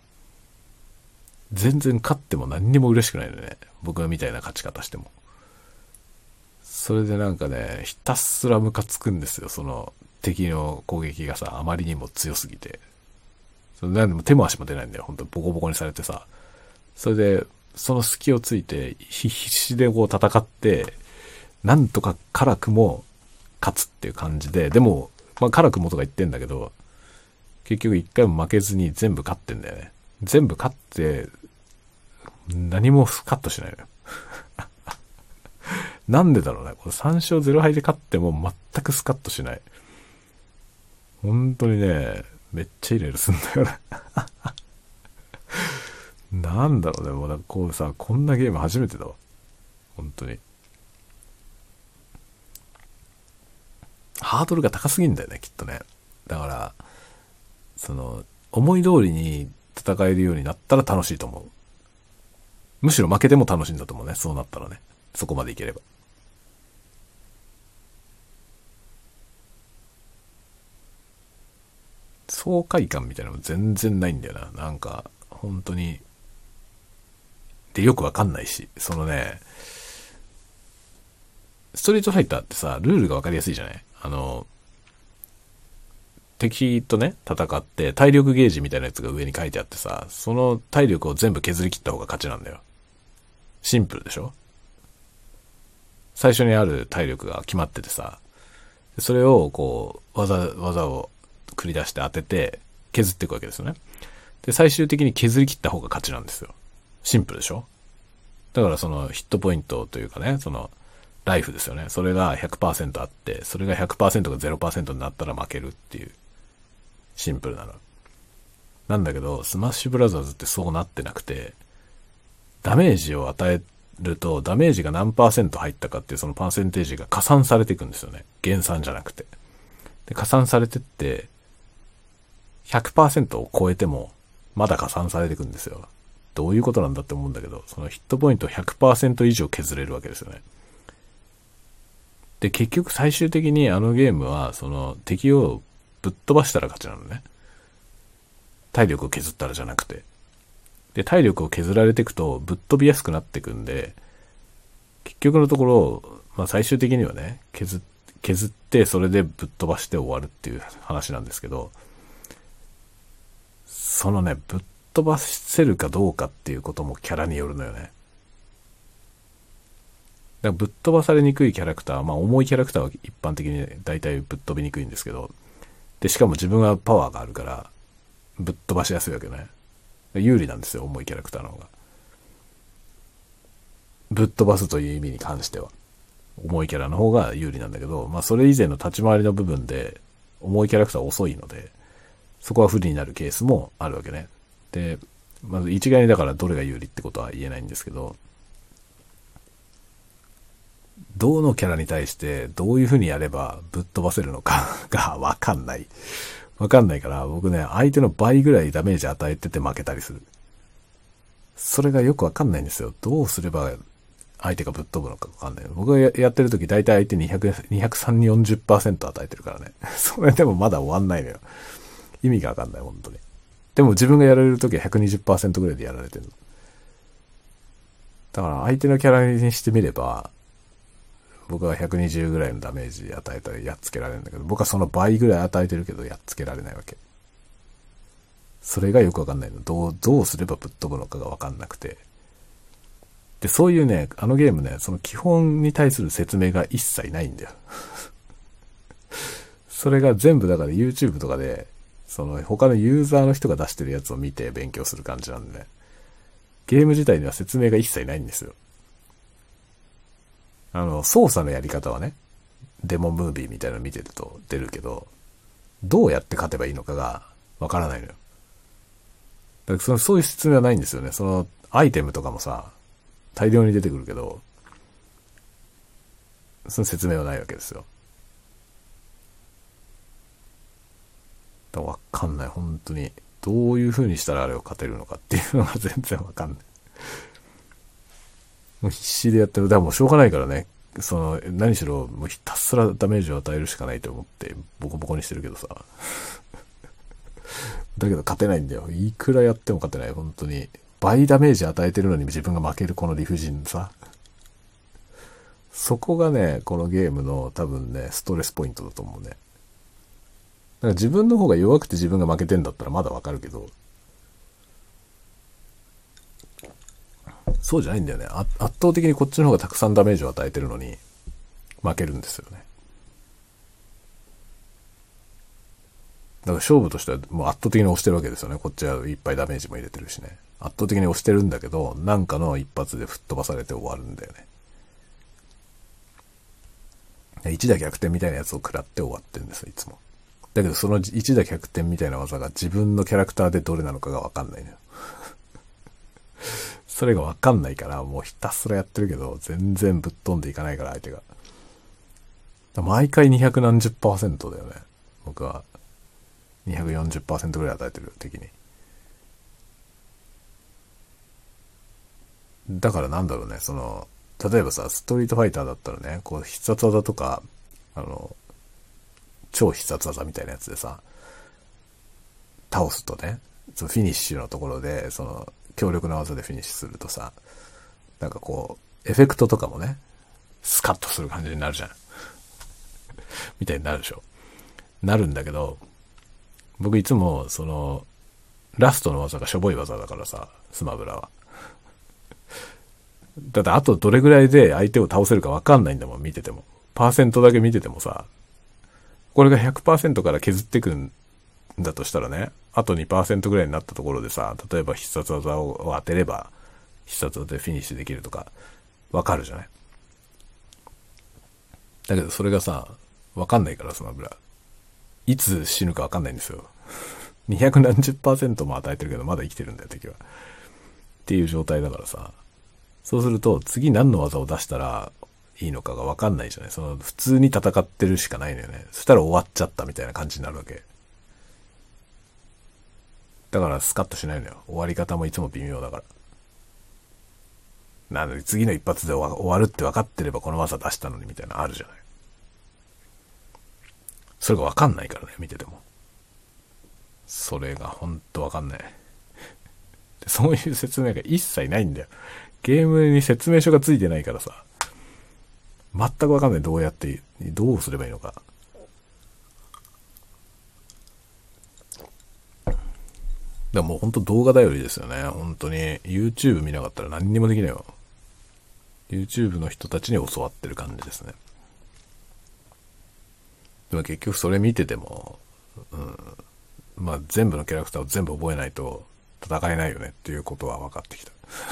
全然勝っても何にも嬉しくないのね。僕みたいな勝ち方しても。それでなんかね、ひたすらムカつくんですよ。その敵の攻撃がさ、あまりにも強すぎて。それなんでも手も足も出ないんだよ。本当にボコボコにされてさ。それで、その隙をついて、必死でこう戦って、なんとか辛くも勝つっていう感じで、でも、まあ辛くもとか言ってんだけど、結局一回も負けずに全部勝ってんだよね。全部勝って、何もカットしないのよ。なんでだろうね。これさんしょうゼロはいで勝っても全くスカッとしない。本当にね、めっちゃイライラすんだよね。なんだろうね。もうなんかこうさ、こんなゲーム初めてだわ。本当に。ハードルが高すぎんだよね、きっとね。だから、その、思い通りに戦えるようになったら楽しいと思う。むしろ負けても楽しいんだと思うね。そうなったらね。そこまでいければ。爽快感みたいなのも全然ないんだよな。なんか、本当に。で、よくわかんないし。そのね、ストリートファイターってさ、ルールがわかりやすいじゃない？あの、敵とね、戦って体力ゲージみたいなやつが上に書いてあってさ、その体力を全部削り切った方が勝ちなんだよ。シンプルでしょ？最初にある体力が決まっててさ、それをこう、技、技を繰り出して当てて削っていくわけですよね。で、最終的に削り切った方が勝ちなんですよ。シンプルでしょ？だからそのヒットポイントというかね、そのライフですよね。それが ひゃくパーセント あって、それが ひゃくパーセント が ゼロパーセント になったら負けるっていう。シンプルなの。なんだけど、スマッシュブラザーズってそうなってなくて、ダメージを与えると、ダメージが何パーセント入ったかっていうそのパーセンテージが加算されていくんですよね。減算じゃなくて。で、加算されてって、ひゃくパーセント を超えても、まだ加算されていくんですよ。どういうことなんだって思うんだけど、そのヒットポイントを ひゃくパーセント 以上削れるわけですよね。で、結局最終的にあのゲームは、その敵をぶっ飛ばしたら勝ちなのね。体力を削ったらじゃなくて。で、体力を削られていくとぶっ飛びやすくなっていくんで、結局のところ、まあ最終的にはね、削、削ってそれでぶっ飛ばして終わるっていう話なんですけど、そのね、ぶっ飛ばせるかどうかっていうこともキャラによるのよね。だからぶっ飛ばされにくいキャラクター、まあ重いキャラクターは一般的に大体ぶっ飛びにくいんですけど、で、しかも自分はパワーがあるから、ぶっ飛ばしやすいわけね。有利なんですよ、重いキャラクターの方が。ぶっ飛ばすという意味に関しては。重いキャラの方が有利なんだけど、まあそれ以前の立ち回りの部分で、重いキャラクターは遅いので、 そこは不利になるケースもあるわけね。で、まず一概にだからどれが有利ってことは言えないんですけど、どのキャラに対してどういう風にやればぶっ飛ばせるのかがわかんない。わかんないから、僕ね、相手の倍ぐらいダメージ与えてて負けたりする。それがよくわかんないんですよ。どうすれば相手がぶっ飛ぶのかわかんない。僕がやってる時大体相手ににひゃく、にひゃくさんじゅう、よんじゅっパーセント与えてるからね。それでもまだ終わんないのよ。意味がわかんない、本当に。でも自分がやられる時は ひゃくにじゅっパーセント ぐらいでやられてるの。だから相手のキャラにしてみれば、僕はひゃくにじゅうぐらいのダメージ与えたらやっつけられるんだけど、僕はその倍ぐらい与えてるけどやっつけられないわけ。それがよくわかんないの。どう、どうすればぶっ飛ぶのかがわかんなくて。で、そういうね、あのゲームね、その基本に対する説明が一切ないんだよ。それが全部だから YouTube とかで、その他のユーザーの人が出してるやつを見て勉強する感じなんでね。ゲーム自体には説明が一切ないんですよ。あの、操作のやり方はね、デモムービーみたいなの見てると出るけど、どうやって勝てばいいのかがわからないのよ。だからそのそういう説明はないんですよね。そのアイテムとかもさ、大量に出てくるけど、その説明はないわけですよ。だからわかんない、本当に。どういう風にしたらあれを勝てるのかっていうのが全然わかんない。もう必死でやってる。だからもうしょうがないからね。その、何しろ、もうひたすらダメージを与えるしかないと思って、ボコボコにしてるけどさ。だけど勝てないんだよ。いくらやっても勝てない。本当に。倍ダメージ与えてるのに自分が負けるこの理不尽さ。そこがね、このゲームの多分ね、ストレスポイントだと思うね。だから自分の方が弱くて自分が負けてんだったらまだわかるけど、そうじゃないんだよね。圧倒的にこっちの方がたくさんダメージを与えてるのに負けるんですよね。だから勝負としてはもう圧倒的に押してるわけですよね。こっちはいっぱいダメージも入れてるしね。圧倒的に押してるんだけど、なんかの一発で吹っ飛ばされて終わるんだよね。一打逆転みたいなやつを食らって終わってるんですよ、いつも。だけどその一打逆転みたいな技が自分のキャラクターでどれなのかがわかんないのよ。それがわかんないから、もうひたすらやってるけど、全然ぶっ飛んでいかないから相手が。毎回にひゃくなんじゅっパーセントだよね。僕は。にひゃくよんじゅっパーセントぐらい与えてる、敵に。だからなんだろうね、その、例えばさ、ストリートファイターだったらね、こう必殺技とか、あの、超必殺技みたいなやつでさ、倒すとね、そのフィニッシュのところで、その、強力な技でフィニッシュするとさ、なんかこう、エフェクトとかもね、スカッとする感じになるじゃん。みたいになるでしょ。なるんだけど、僕いつも、その、ラストの技がしょぼい技だからさ、スマブラは。だってあとどれぐらいで相手を倒せるかわかんないんだもん、見てても。パーセントだけ見ててもさ、これが ひゃくパーセント から削っていくんだとしたらね、あと にパーセント ぐらいになったところでさ、例えば必殺技を当てれば、必殺技でフィニッシュできるとか、わかるじゃない。だけどそれがさ、わかんないからスマブラ。いつ死ぬかわかんないんですよ。にひゃくなんじゅっパーセントも与えてるけど、まだ生きてるんだよ、敵は。っていう状態だからさ。そうすると、次何の技を出したらいいのかがわかんないじゃない。その、普通に戦ってるしかないのよね。そしたら終わっちゃったみたいな感じになるわけ。だからスカッとしないのよ。終わり方もいつも微妙だから。なので次の一発で終わるって分かってればこの技出したのにみたいなのあるじゃない。それが分かんないからね、見てても。それがほんと分かんない。そういう説明が一切ないんだよ。ゲームに説明書がついてないからさ。全く分かんない。どうやって、どうすればいいのか。だからもうほんと動画頼りですよね。本当に YouTube 見なかったら何にもできないよ。YouTube の人たちに教わってる感じですね。でも結局それ見てても、うん、まあ全部のキャラクターを全部覚えないと戦えないよねっていうことは分かってきた。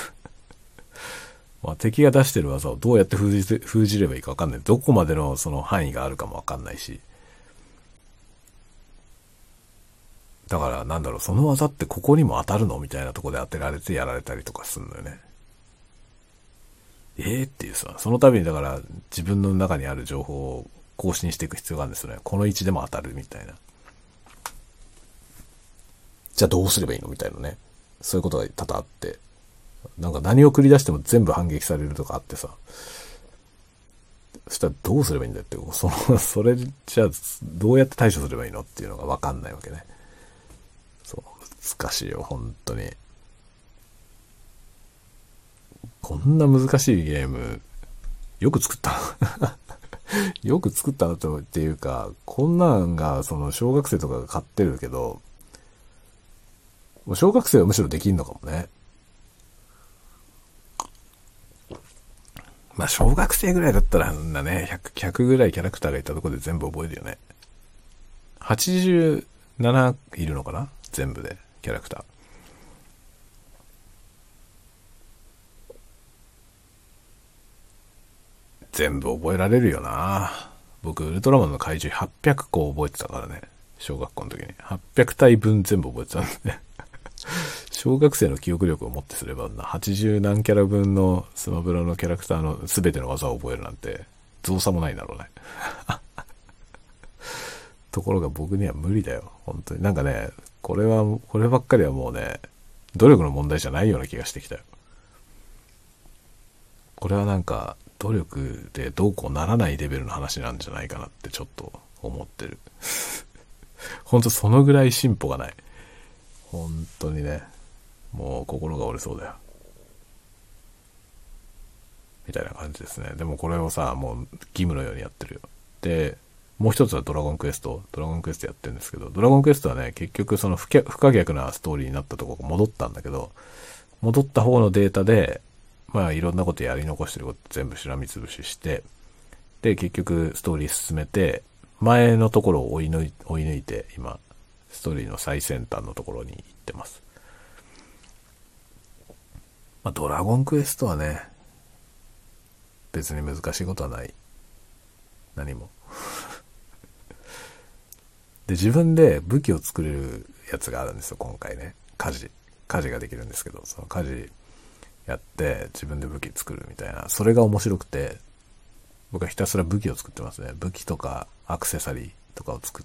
まあ敵が出してる技をどうやって封じ、封じればいいか分かんない。どこまでのその範囲があるかも分かんないし。 だからなんだろう、その技ってここにも当たるのみたいなとこで当てられてやられたりとかするのよね。えーっていうさ、その度にだから自分の中にある情報を更新していく必要があるんですよね。この位置でも当たるみたいな。じゃあどうすればいいのみたいなね。そういうことが多々あって。なんか何を繰り出しても全部反撃されるとかあってさ。そしたらどうすればいいんだよって、その、それじゃあどうやって対処すればいいのっていうのがわかんないわけね。そう、難しいよ、本当に。こんな難しいゲーム、よく作ったよく作ったなとっていうか、こんなんが、その、小学生とかが買ってるけど、もう小学生はむしろできんのかもね。まあ、小学生ぐらいだったら、んなね、ひゃく、ひゃくぐらいキャラクターがいたところで全部覚えるよね。はちじゅうなないるのかな全部で、キャラクター。全部覚えられるよな。僕、ウルトラマンの怪獣はっぴゃくこ覚えてたからね。小学校の時に。はっぴゃく体分全部覚えてたんでね。小学生の記憶力をもってすればな、はちじゅう何キャラ分のスマブラのキャラクターの全ての技を覚えるなんて、造作もないだろうね。ところが僕には無理だよ。本当に。なんかね、これは、こればっかりはもうね、努力の問題じゃないような気がしてきたよ。これはなんか、努力でどうこうならないレベルの話なんじゃないかなってちょっと思ってる。ほんとそのぐらい進歩がない。本当にね、もう心が折れそうだよ。みたいな感じですね。でもこれをさ、もう義務のようにやってるよ。で、もう一つはドラゴンクエスト。ドラゴンクエストやってるんですけど、ドラゴンクエストはね、結局その不可逆なストーリーになったところ戻ったんだけど、戻った方のデータで、まあいろんなことやり残してること全部しらみつぶしして、で結局ストーリー進めて、前のところを追い抜い、追い抜いて今、ストーリーの最先端のところに行ってます。まあドラゴンクエストはね、別に難しいことはない。何も。で、自分で武器を作れるやつがあるんですよ、今回ね。家事。家事ができるんですけど、その家事やって自分で武器作るみたいな、それが面白くて、僕はひたすら武器を作ってますね。武器とかアクセサリーとかを作って、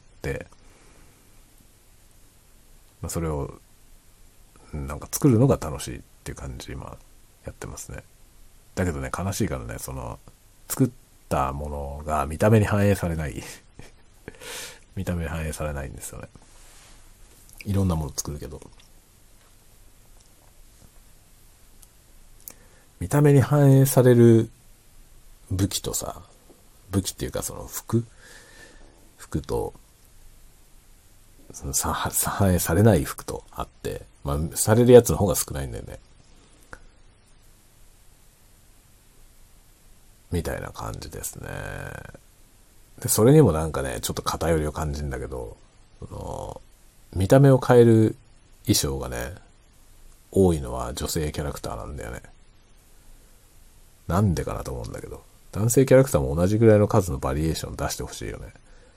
まあ、それをなんか作るのが楽しいっていう感じ今やってますね。だけどね、悲しいからね、その作ったものが見た目に反映されない見た目に反映されないんですよね。いろんなもの作るけど、見た目に反映される武器とさ、武器っていうかその服服と、そのさ反映されない服とあって、まあ、されるやつの方が少ないんだよね。みたいな感じですね。で、それにもなんかね、ちょっと偏りを感じるんだけど、その、見た目を変える衣装がね、多いのは女性キャラクターなんだよね。なんでかなと思うんだけど、男性キャラクターも同じぐらいの数のバリエーション出してほしいよね。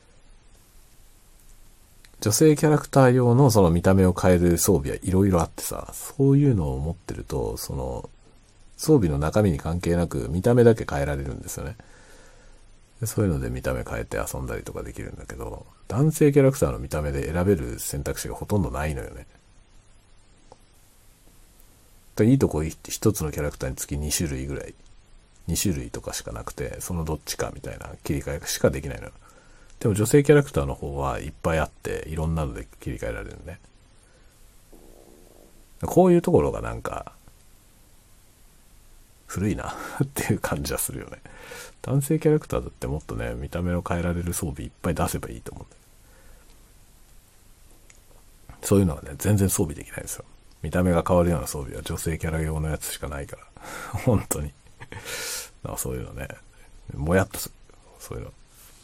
女性キャラクター用のその見た目を変える装備はいろいろあってさ、そういうのを持ってると、その装備の中身に関係なく見た目だけ変えられるんですよね。でそういうので見た目変えて遊んだりとかできるんだけど、男性キャラクターの見た目で選べる選択肢がほとんどないのよね。いいとこ一つのキャラクターにつきに種類ぐらい、に種類とかしかなくて、そのどっちかみたいな切り替えしかできないのよ。でも女性キャラクターの方はいっぱいあって、いろんなので切り替えられるね。こういうところがなんか古いなっていう感じはするよね。男性キャラクターだってもっとね、見た目を変えられる装備いっぱい出せばいいと思うんだよ。そういうのはね、全然装備できないんですよ。見た目が変わるような装備は女性キャラ用のやつしかないから。本当に。だからそういうのね、もやっとする。そういうの。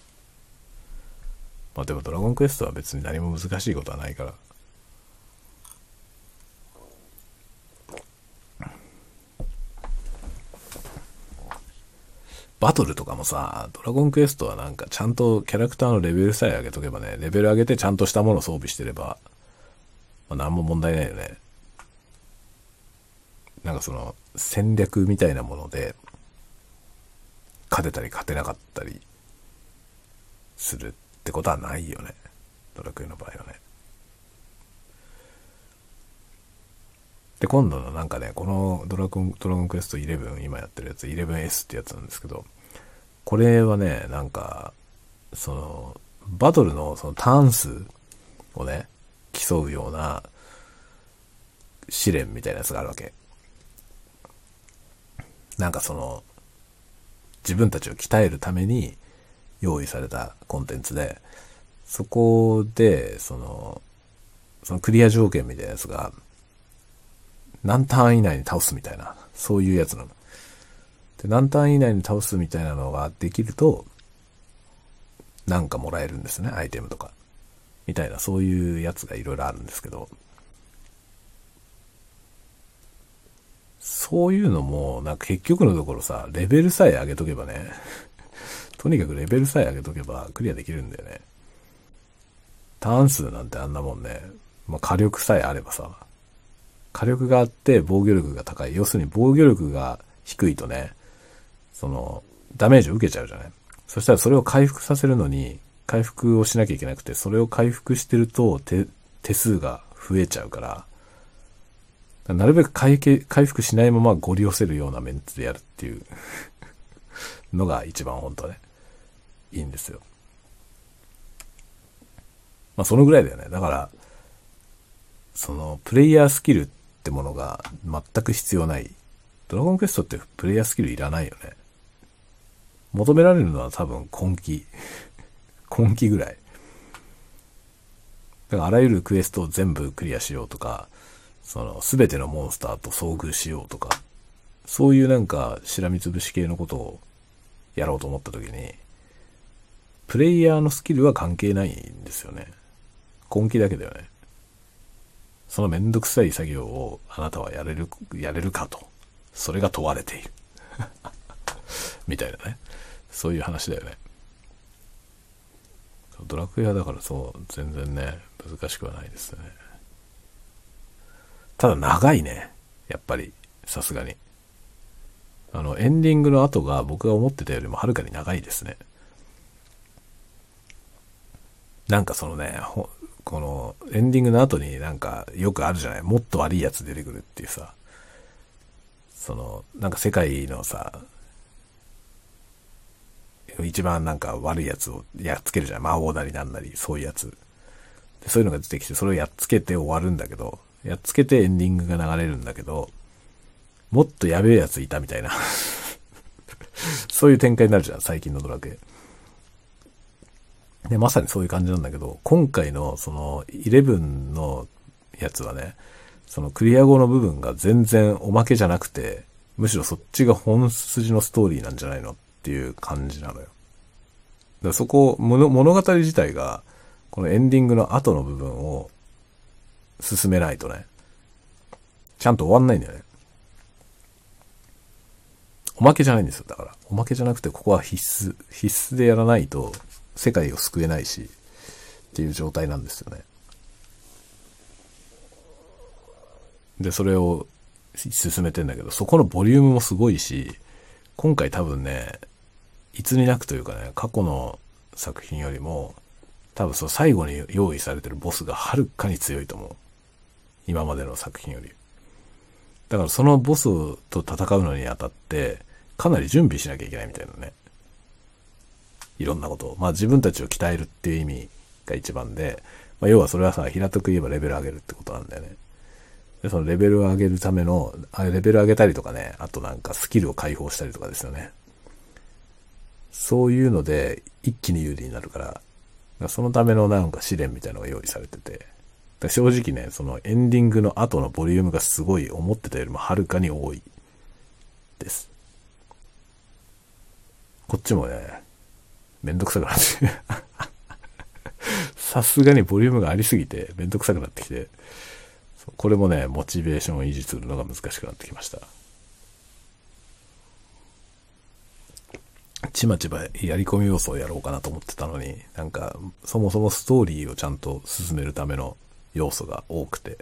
まあでもドラゴンクエストは別に何も難しいことはないから。バトルとかもさ、ドラゴンクエストはなんかちゃんとキャラクターのレベルさえ上げとけばね、レベル上げてちゃんとしたものを装備してれば、 まあ、何も問題ないよね。なんかその戦略みたいなもので勝てたり勝てなかったりするってことはないよね、ドラクエの場合はね。で今度のなんかね、このドラゴンドラゴンクエストじゅういち今やってるやつ じゅういちエス ってやつなんですけど、これはね、なんかそのバトルのそのターン数をね競うような試練みたいなやつがあるわけ。なんかその自分たちを鍛えるために用意されたコンテンツで、そこでそのそのクリア条件みたいなやつが何ターン以内に倒すみたいな、そういうやつなの。で何ターン以内に倒すみたいなのができるとなんかもらえるんですね、アイテムとかみたいな、そういうやつがいろいろあるんですけど、そういうのもなんか結局のところさ、レベルさえ上げとけばねとにかくレベルさえ上げとけばクリアできるんだよね。ターン数なんてあんなもんね、まあ、火力さえあればさ、火力があって防御力が高い、要するに防御力が低いとね、そのダメージを受けちゃうじゃない。そしたらそれを回復させるのに回復をしなきゃいけなくて、それを回復してると 手, 手数が増えちゃうから、なるべく回回復しないままゴリ押せるようなメンツでやるっていうのが一番本当はねいいんですよ。まあそのぐらいだよね。だからそのプレイヤースキルってものが全く必要ない。ドラゴンクエストってプレイヤースキルいらないよね。求められるのは多分根気根気ぐらいだから、あらゆるクエストを全部クリアしようとか、その全てのモンスターと遭遇しようとか、そういうなんかしらみつぶし系のことをやろうと思った時に、プレイヤーのスキルは関係ないんですよね。根気だけだよね。そのめんどくさい作業をあなたはやれるやれるかと、それが問われているみたいなね、そういう話だよね。ドラクエはだからそう全然ね難しくはないですね。ただ長いね、やっぱりさすがにあのエンディングの後が僕が思ってたよりもはるかに長いですね。なんかそのね、このエンディングの後になんかよくあるじゃない、もっと悪いやつ出てくるっていうさ、そのなんか世界のさ一番なんか悪いやつをやっつけるじゃない、魔王なりなんなりそういうやつで、そういうのが出てきてそれをやっつけて終わるんだけど、やっつけてエンディングが流れるんだけど、もっとやべえやついたみたいなそういう展開になるじゃん最近のドラクエで。まさにそういう感じなんだけど、今回のそのじゅういちのやつはね、そのクリア後の部分が全然おまけじゃなくて、むしろそっちが本筋のストーリーなんじゃないのっていう感じなのよ。だからそこ物語自体がこのエンディングの後の部分を進めないとね、ちゃんと終わんないんだよね。おまけじゃないんですよ。だからおまけじゃなくて、ここは必須必須でやらないと世界を救えないしっていう状態なんですよね。でそれを進めてんだけど、そこのボリュームもすごいし、今回多分ねいつになくというかね、過去の作品よりも多分その最後に用意されてるボスがはるかに強いと思う、今までの作品より。だからそのボスと戦うのにあたってかなり準備しなきゃいけないみたいなね、いろんなことを、まあ自分たちを鍛えるっていう意味が一番で、まあ、要はそれはさ、平たく言えばレベル上げるってことなんだよね。でそのレベルを上げるためのレベル上げたりとかね、あとなんかスキルを解放したりとかですよね。そういうので一気に有利になるから、そのためのなんか試練みたいなのが用意されてて、正直ね、そのエンディングの後のボリュームがすごい思ってたよりもはるかに多いです。こっちもねめんどくさくなってさすがにボリュームがありすぎてめんどくさくなってきて、これもねモチベーションを維持するのが難しくなってきました。ちまちまやり込み要素をやろうかなと思ってたのに、なんかそもそもストーリーをちゃんと進めるための要素が多くて、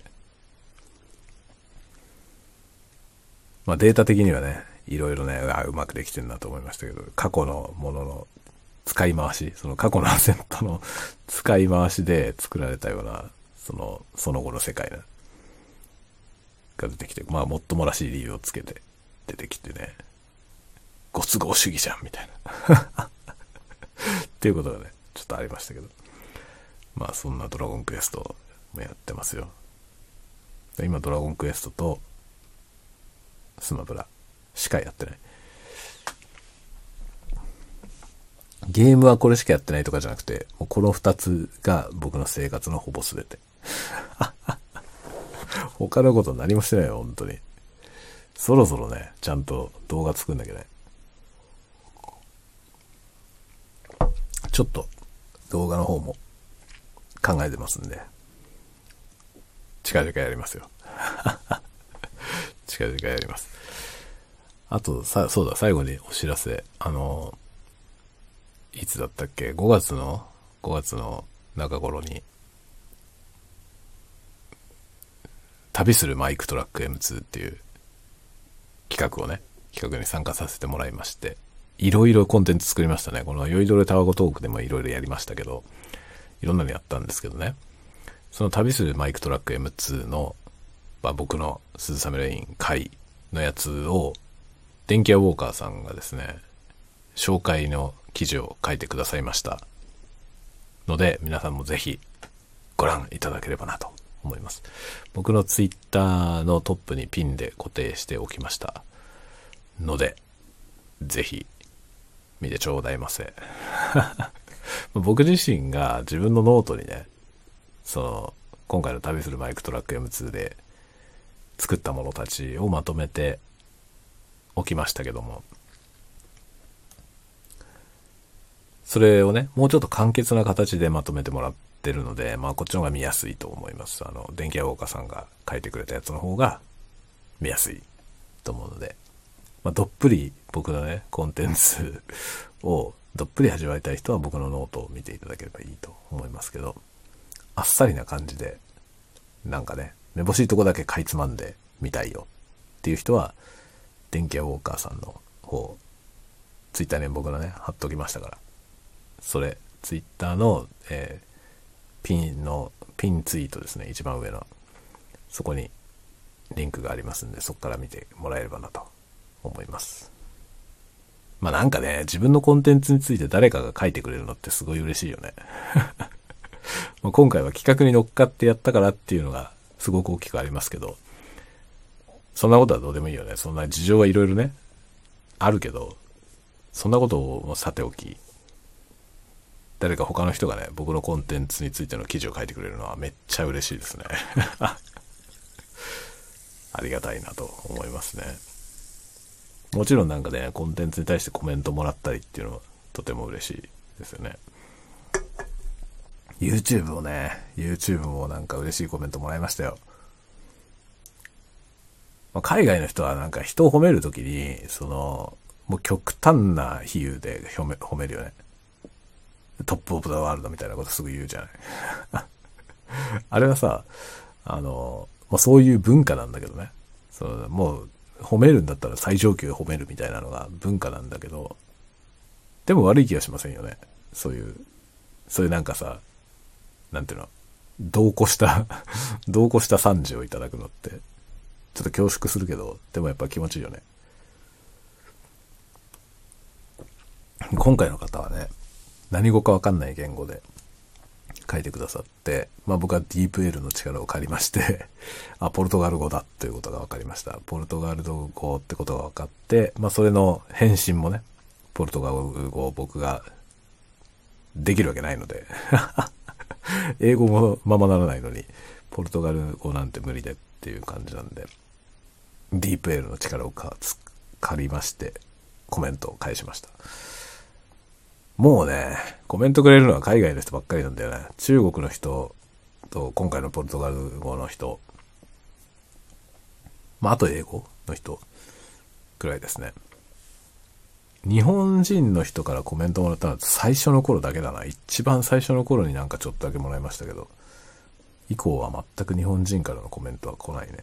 まあデータ的にはね、いろいろね、あうまくできてるなと思いましたけど、過去のものの使い回し、その過去のアセットの使い回しで作られたような、その、その後の世界が出てきて、まあもっともらしい理由をつけて出てきてね、ご都合主義じゃんみたいなっていうことがね、ちょっとありましたけど、まあそんなドラゴンクエストもやってますよ。今ドラゴンクエストとスマブラしかやってない。ゲームはこれしかやってないとかじゃなくて、もうこの二つが僕の生活のほぼ全て。他のこと何もしてないよ、本当に。そろそろね、ちゃんと動画作んなきゃね。ちょっと動画の方も考えてますんで、近々やりますよ。近々やります。あとさ、そうだ、最後にお知らせ。あの、いつだったっけ ?ご 月の、ごがつの中頃に、旅するマイクトラック エムツー っていう企画をね、企画に参加させてもらいまして、いろいろコンテンツ作りましたね。この酔いどれタワゴトークでもいろいろやりましたけど、いろんなのやったんですけどね。その旅するマイクトラック エムツー の、まあ、僕の鈴雨レイン会のやつを、電気屋ウォーカーさんがですね、紹介の記事を書いてくださいましたので、皆さんもぜひご覧いただければなと思います。僕のツイッターのトップにピンで固定しておきましたので、ぜひ見てちょうだいませ。僕自身が自分のノートにね、その今回の旅するマイクトラック エムツー で作ったものたちをまとめておきましたけども、それをね、もうちょっと簡潔な形でまとめてもらってるので、まあこっちの方が見やすいと思います。あの、電気屋ウォーカーさんが書いてくれたやつの方が見やすいと思うので、まあどっぷり僕のね、コンテンツをどっぷり味わいたい人は僕のノートを見ていただければいいと思いますけど、あっさりな感じで、なんかね、めぼしいとこだけかいつまんでみたいよっていう人は、電気屋ウォーカーさんの方、ツイッターに僕のね、貼っときましたから、それ、ツイッターの、えー、ピンの、ピンツイートですね、一番上の。そこにリンクがありますんで、そこから見てもらえればなと思います。まあなんかね、自分のコンテンツについて誰かが書いてくれるのってすごい嬉しいよね。まあ今回は企画に乗っかってやったからっていうのがすごく大きくありますけど、そんなことはどうでもいいよね。そんな事情はいろいろね、あるけど、そんなことをさておき、誰か他の人がね、僕のコンテンツについての記事を書いてくれるのはめっちゃ嬉しいですね。ありがたいなと思いますね。もちろんなんかね、コンテンツに対してコメントもらったりっていうのはとても嬉しいですよね。YouTube もね、YouTube もなんか嬉しいコメントもらいましたよ。まあ、海外の人はなんか人を褒めるときに、その、もう極端な比喩で褒め、褒めるよね。トップオブザワールドみたいなことすぐ言うじゃない。あれはさ、あの、まあ、そういう文化なんだけどね。そのもう褒めるんだったら最上級褒めるみたいなのが文化なんだけど、でも悪い気がしませんよね。そういう、そういうなんかさ、なんていうの、同行した、同行した賛辞をいただくのって、ちょっと恐縮するけど、でもやっぱ気持ちいいよね。今回の方はね、何語かわかんない言語で書いてくださって、まあ僕はディープエルの力を借りましてあ、ポルトガル語だということが分かりました。ポルトガル語ってことが分かって、まあそれの返信もね、ポルトガル語を僕ができるわけないので英語もままならないのにポルトガル語なんて無理でっていう感じなんで、ディープエルの力を借りましてコメントを返しました。もうね、コメントくれるのは海外の人ばっかりなんだよね。中国の人と今回のポルトガル語の人、まああと英語の人くらいですね。日本人の人からコメントもらったのは最初の頃だけだな。一番最初の頃になんかちょっとだけもらいましたけど、 以降は全く日本人からのコメントは来ないね。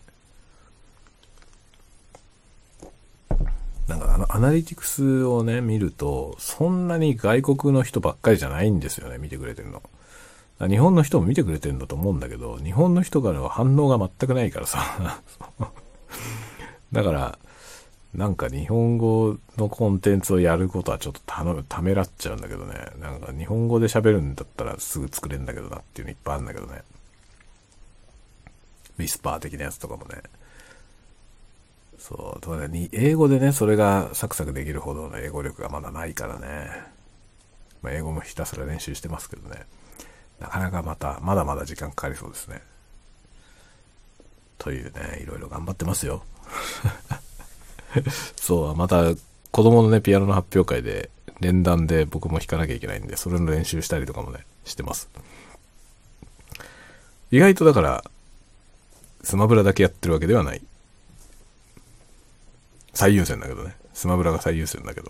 なんかあのアナリティクスをね見ると、そんなに外国の人ばっかりじゃないんですよね、見てくれてるの。日本の人も見てくれてるんだと思うんだけど、日本の人からは反応が全くないからさだからなんか日本語のコンテンツをやることはちょっとたのためらっちゃうんだけどね。なんか日本語で喋るんだったらすぐ作れるんだけどなっていうのいっぱいあるんだけどね。ウィスパー的なやつとかもね。そう、とかね、英語でね、それがサクサクできるほどの英語力がまだないからね。まあ、英語もひたすら練習してますけどね。なかなかまた、まだまだ時間かかりそうですね。というね、いろいろ頑張ってますよ。そう、また子供のね、ピアノの発表会で連弾で僕も弾かなきゃいけないんで、それの練習したりとかもね、してます。意外とだから、スマブラだけやってるわけではない。最優先だけどね。スマブラが最優先だけど。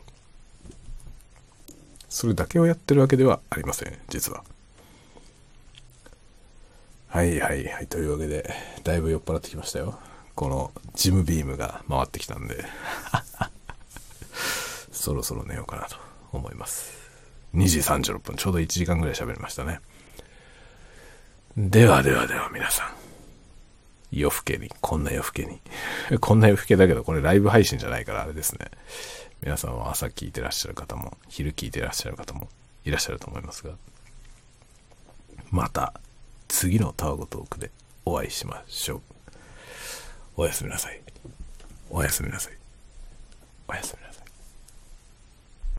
それだけをやってるわけではありません、実は。はいはいはい。というわけで、だいぶ酔っ払ってきましたよ。このジムビームが回ってきたんで。そろそろ寝ようかなと思います。にじさんじゅうろっぷん。ちょうどいちじかんぐらい喋りましたね。ではではでは皆さん。夜更けに、こんな夜更けに。こんな夜更けだけど、これライブ配信じゃないからあれですね。皆さんは朝聞いてらっしゃる方も、昼聞いてらっしゃる方もいらっしゃると思いますが、また次のタワゴトークでお会いしましょう。おやすみなさい。おやすみなさい。おやすみなさい。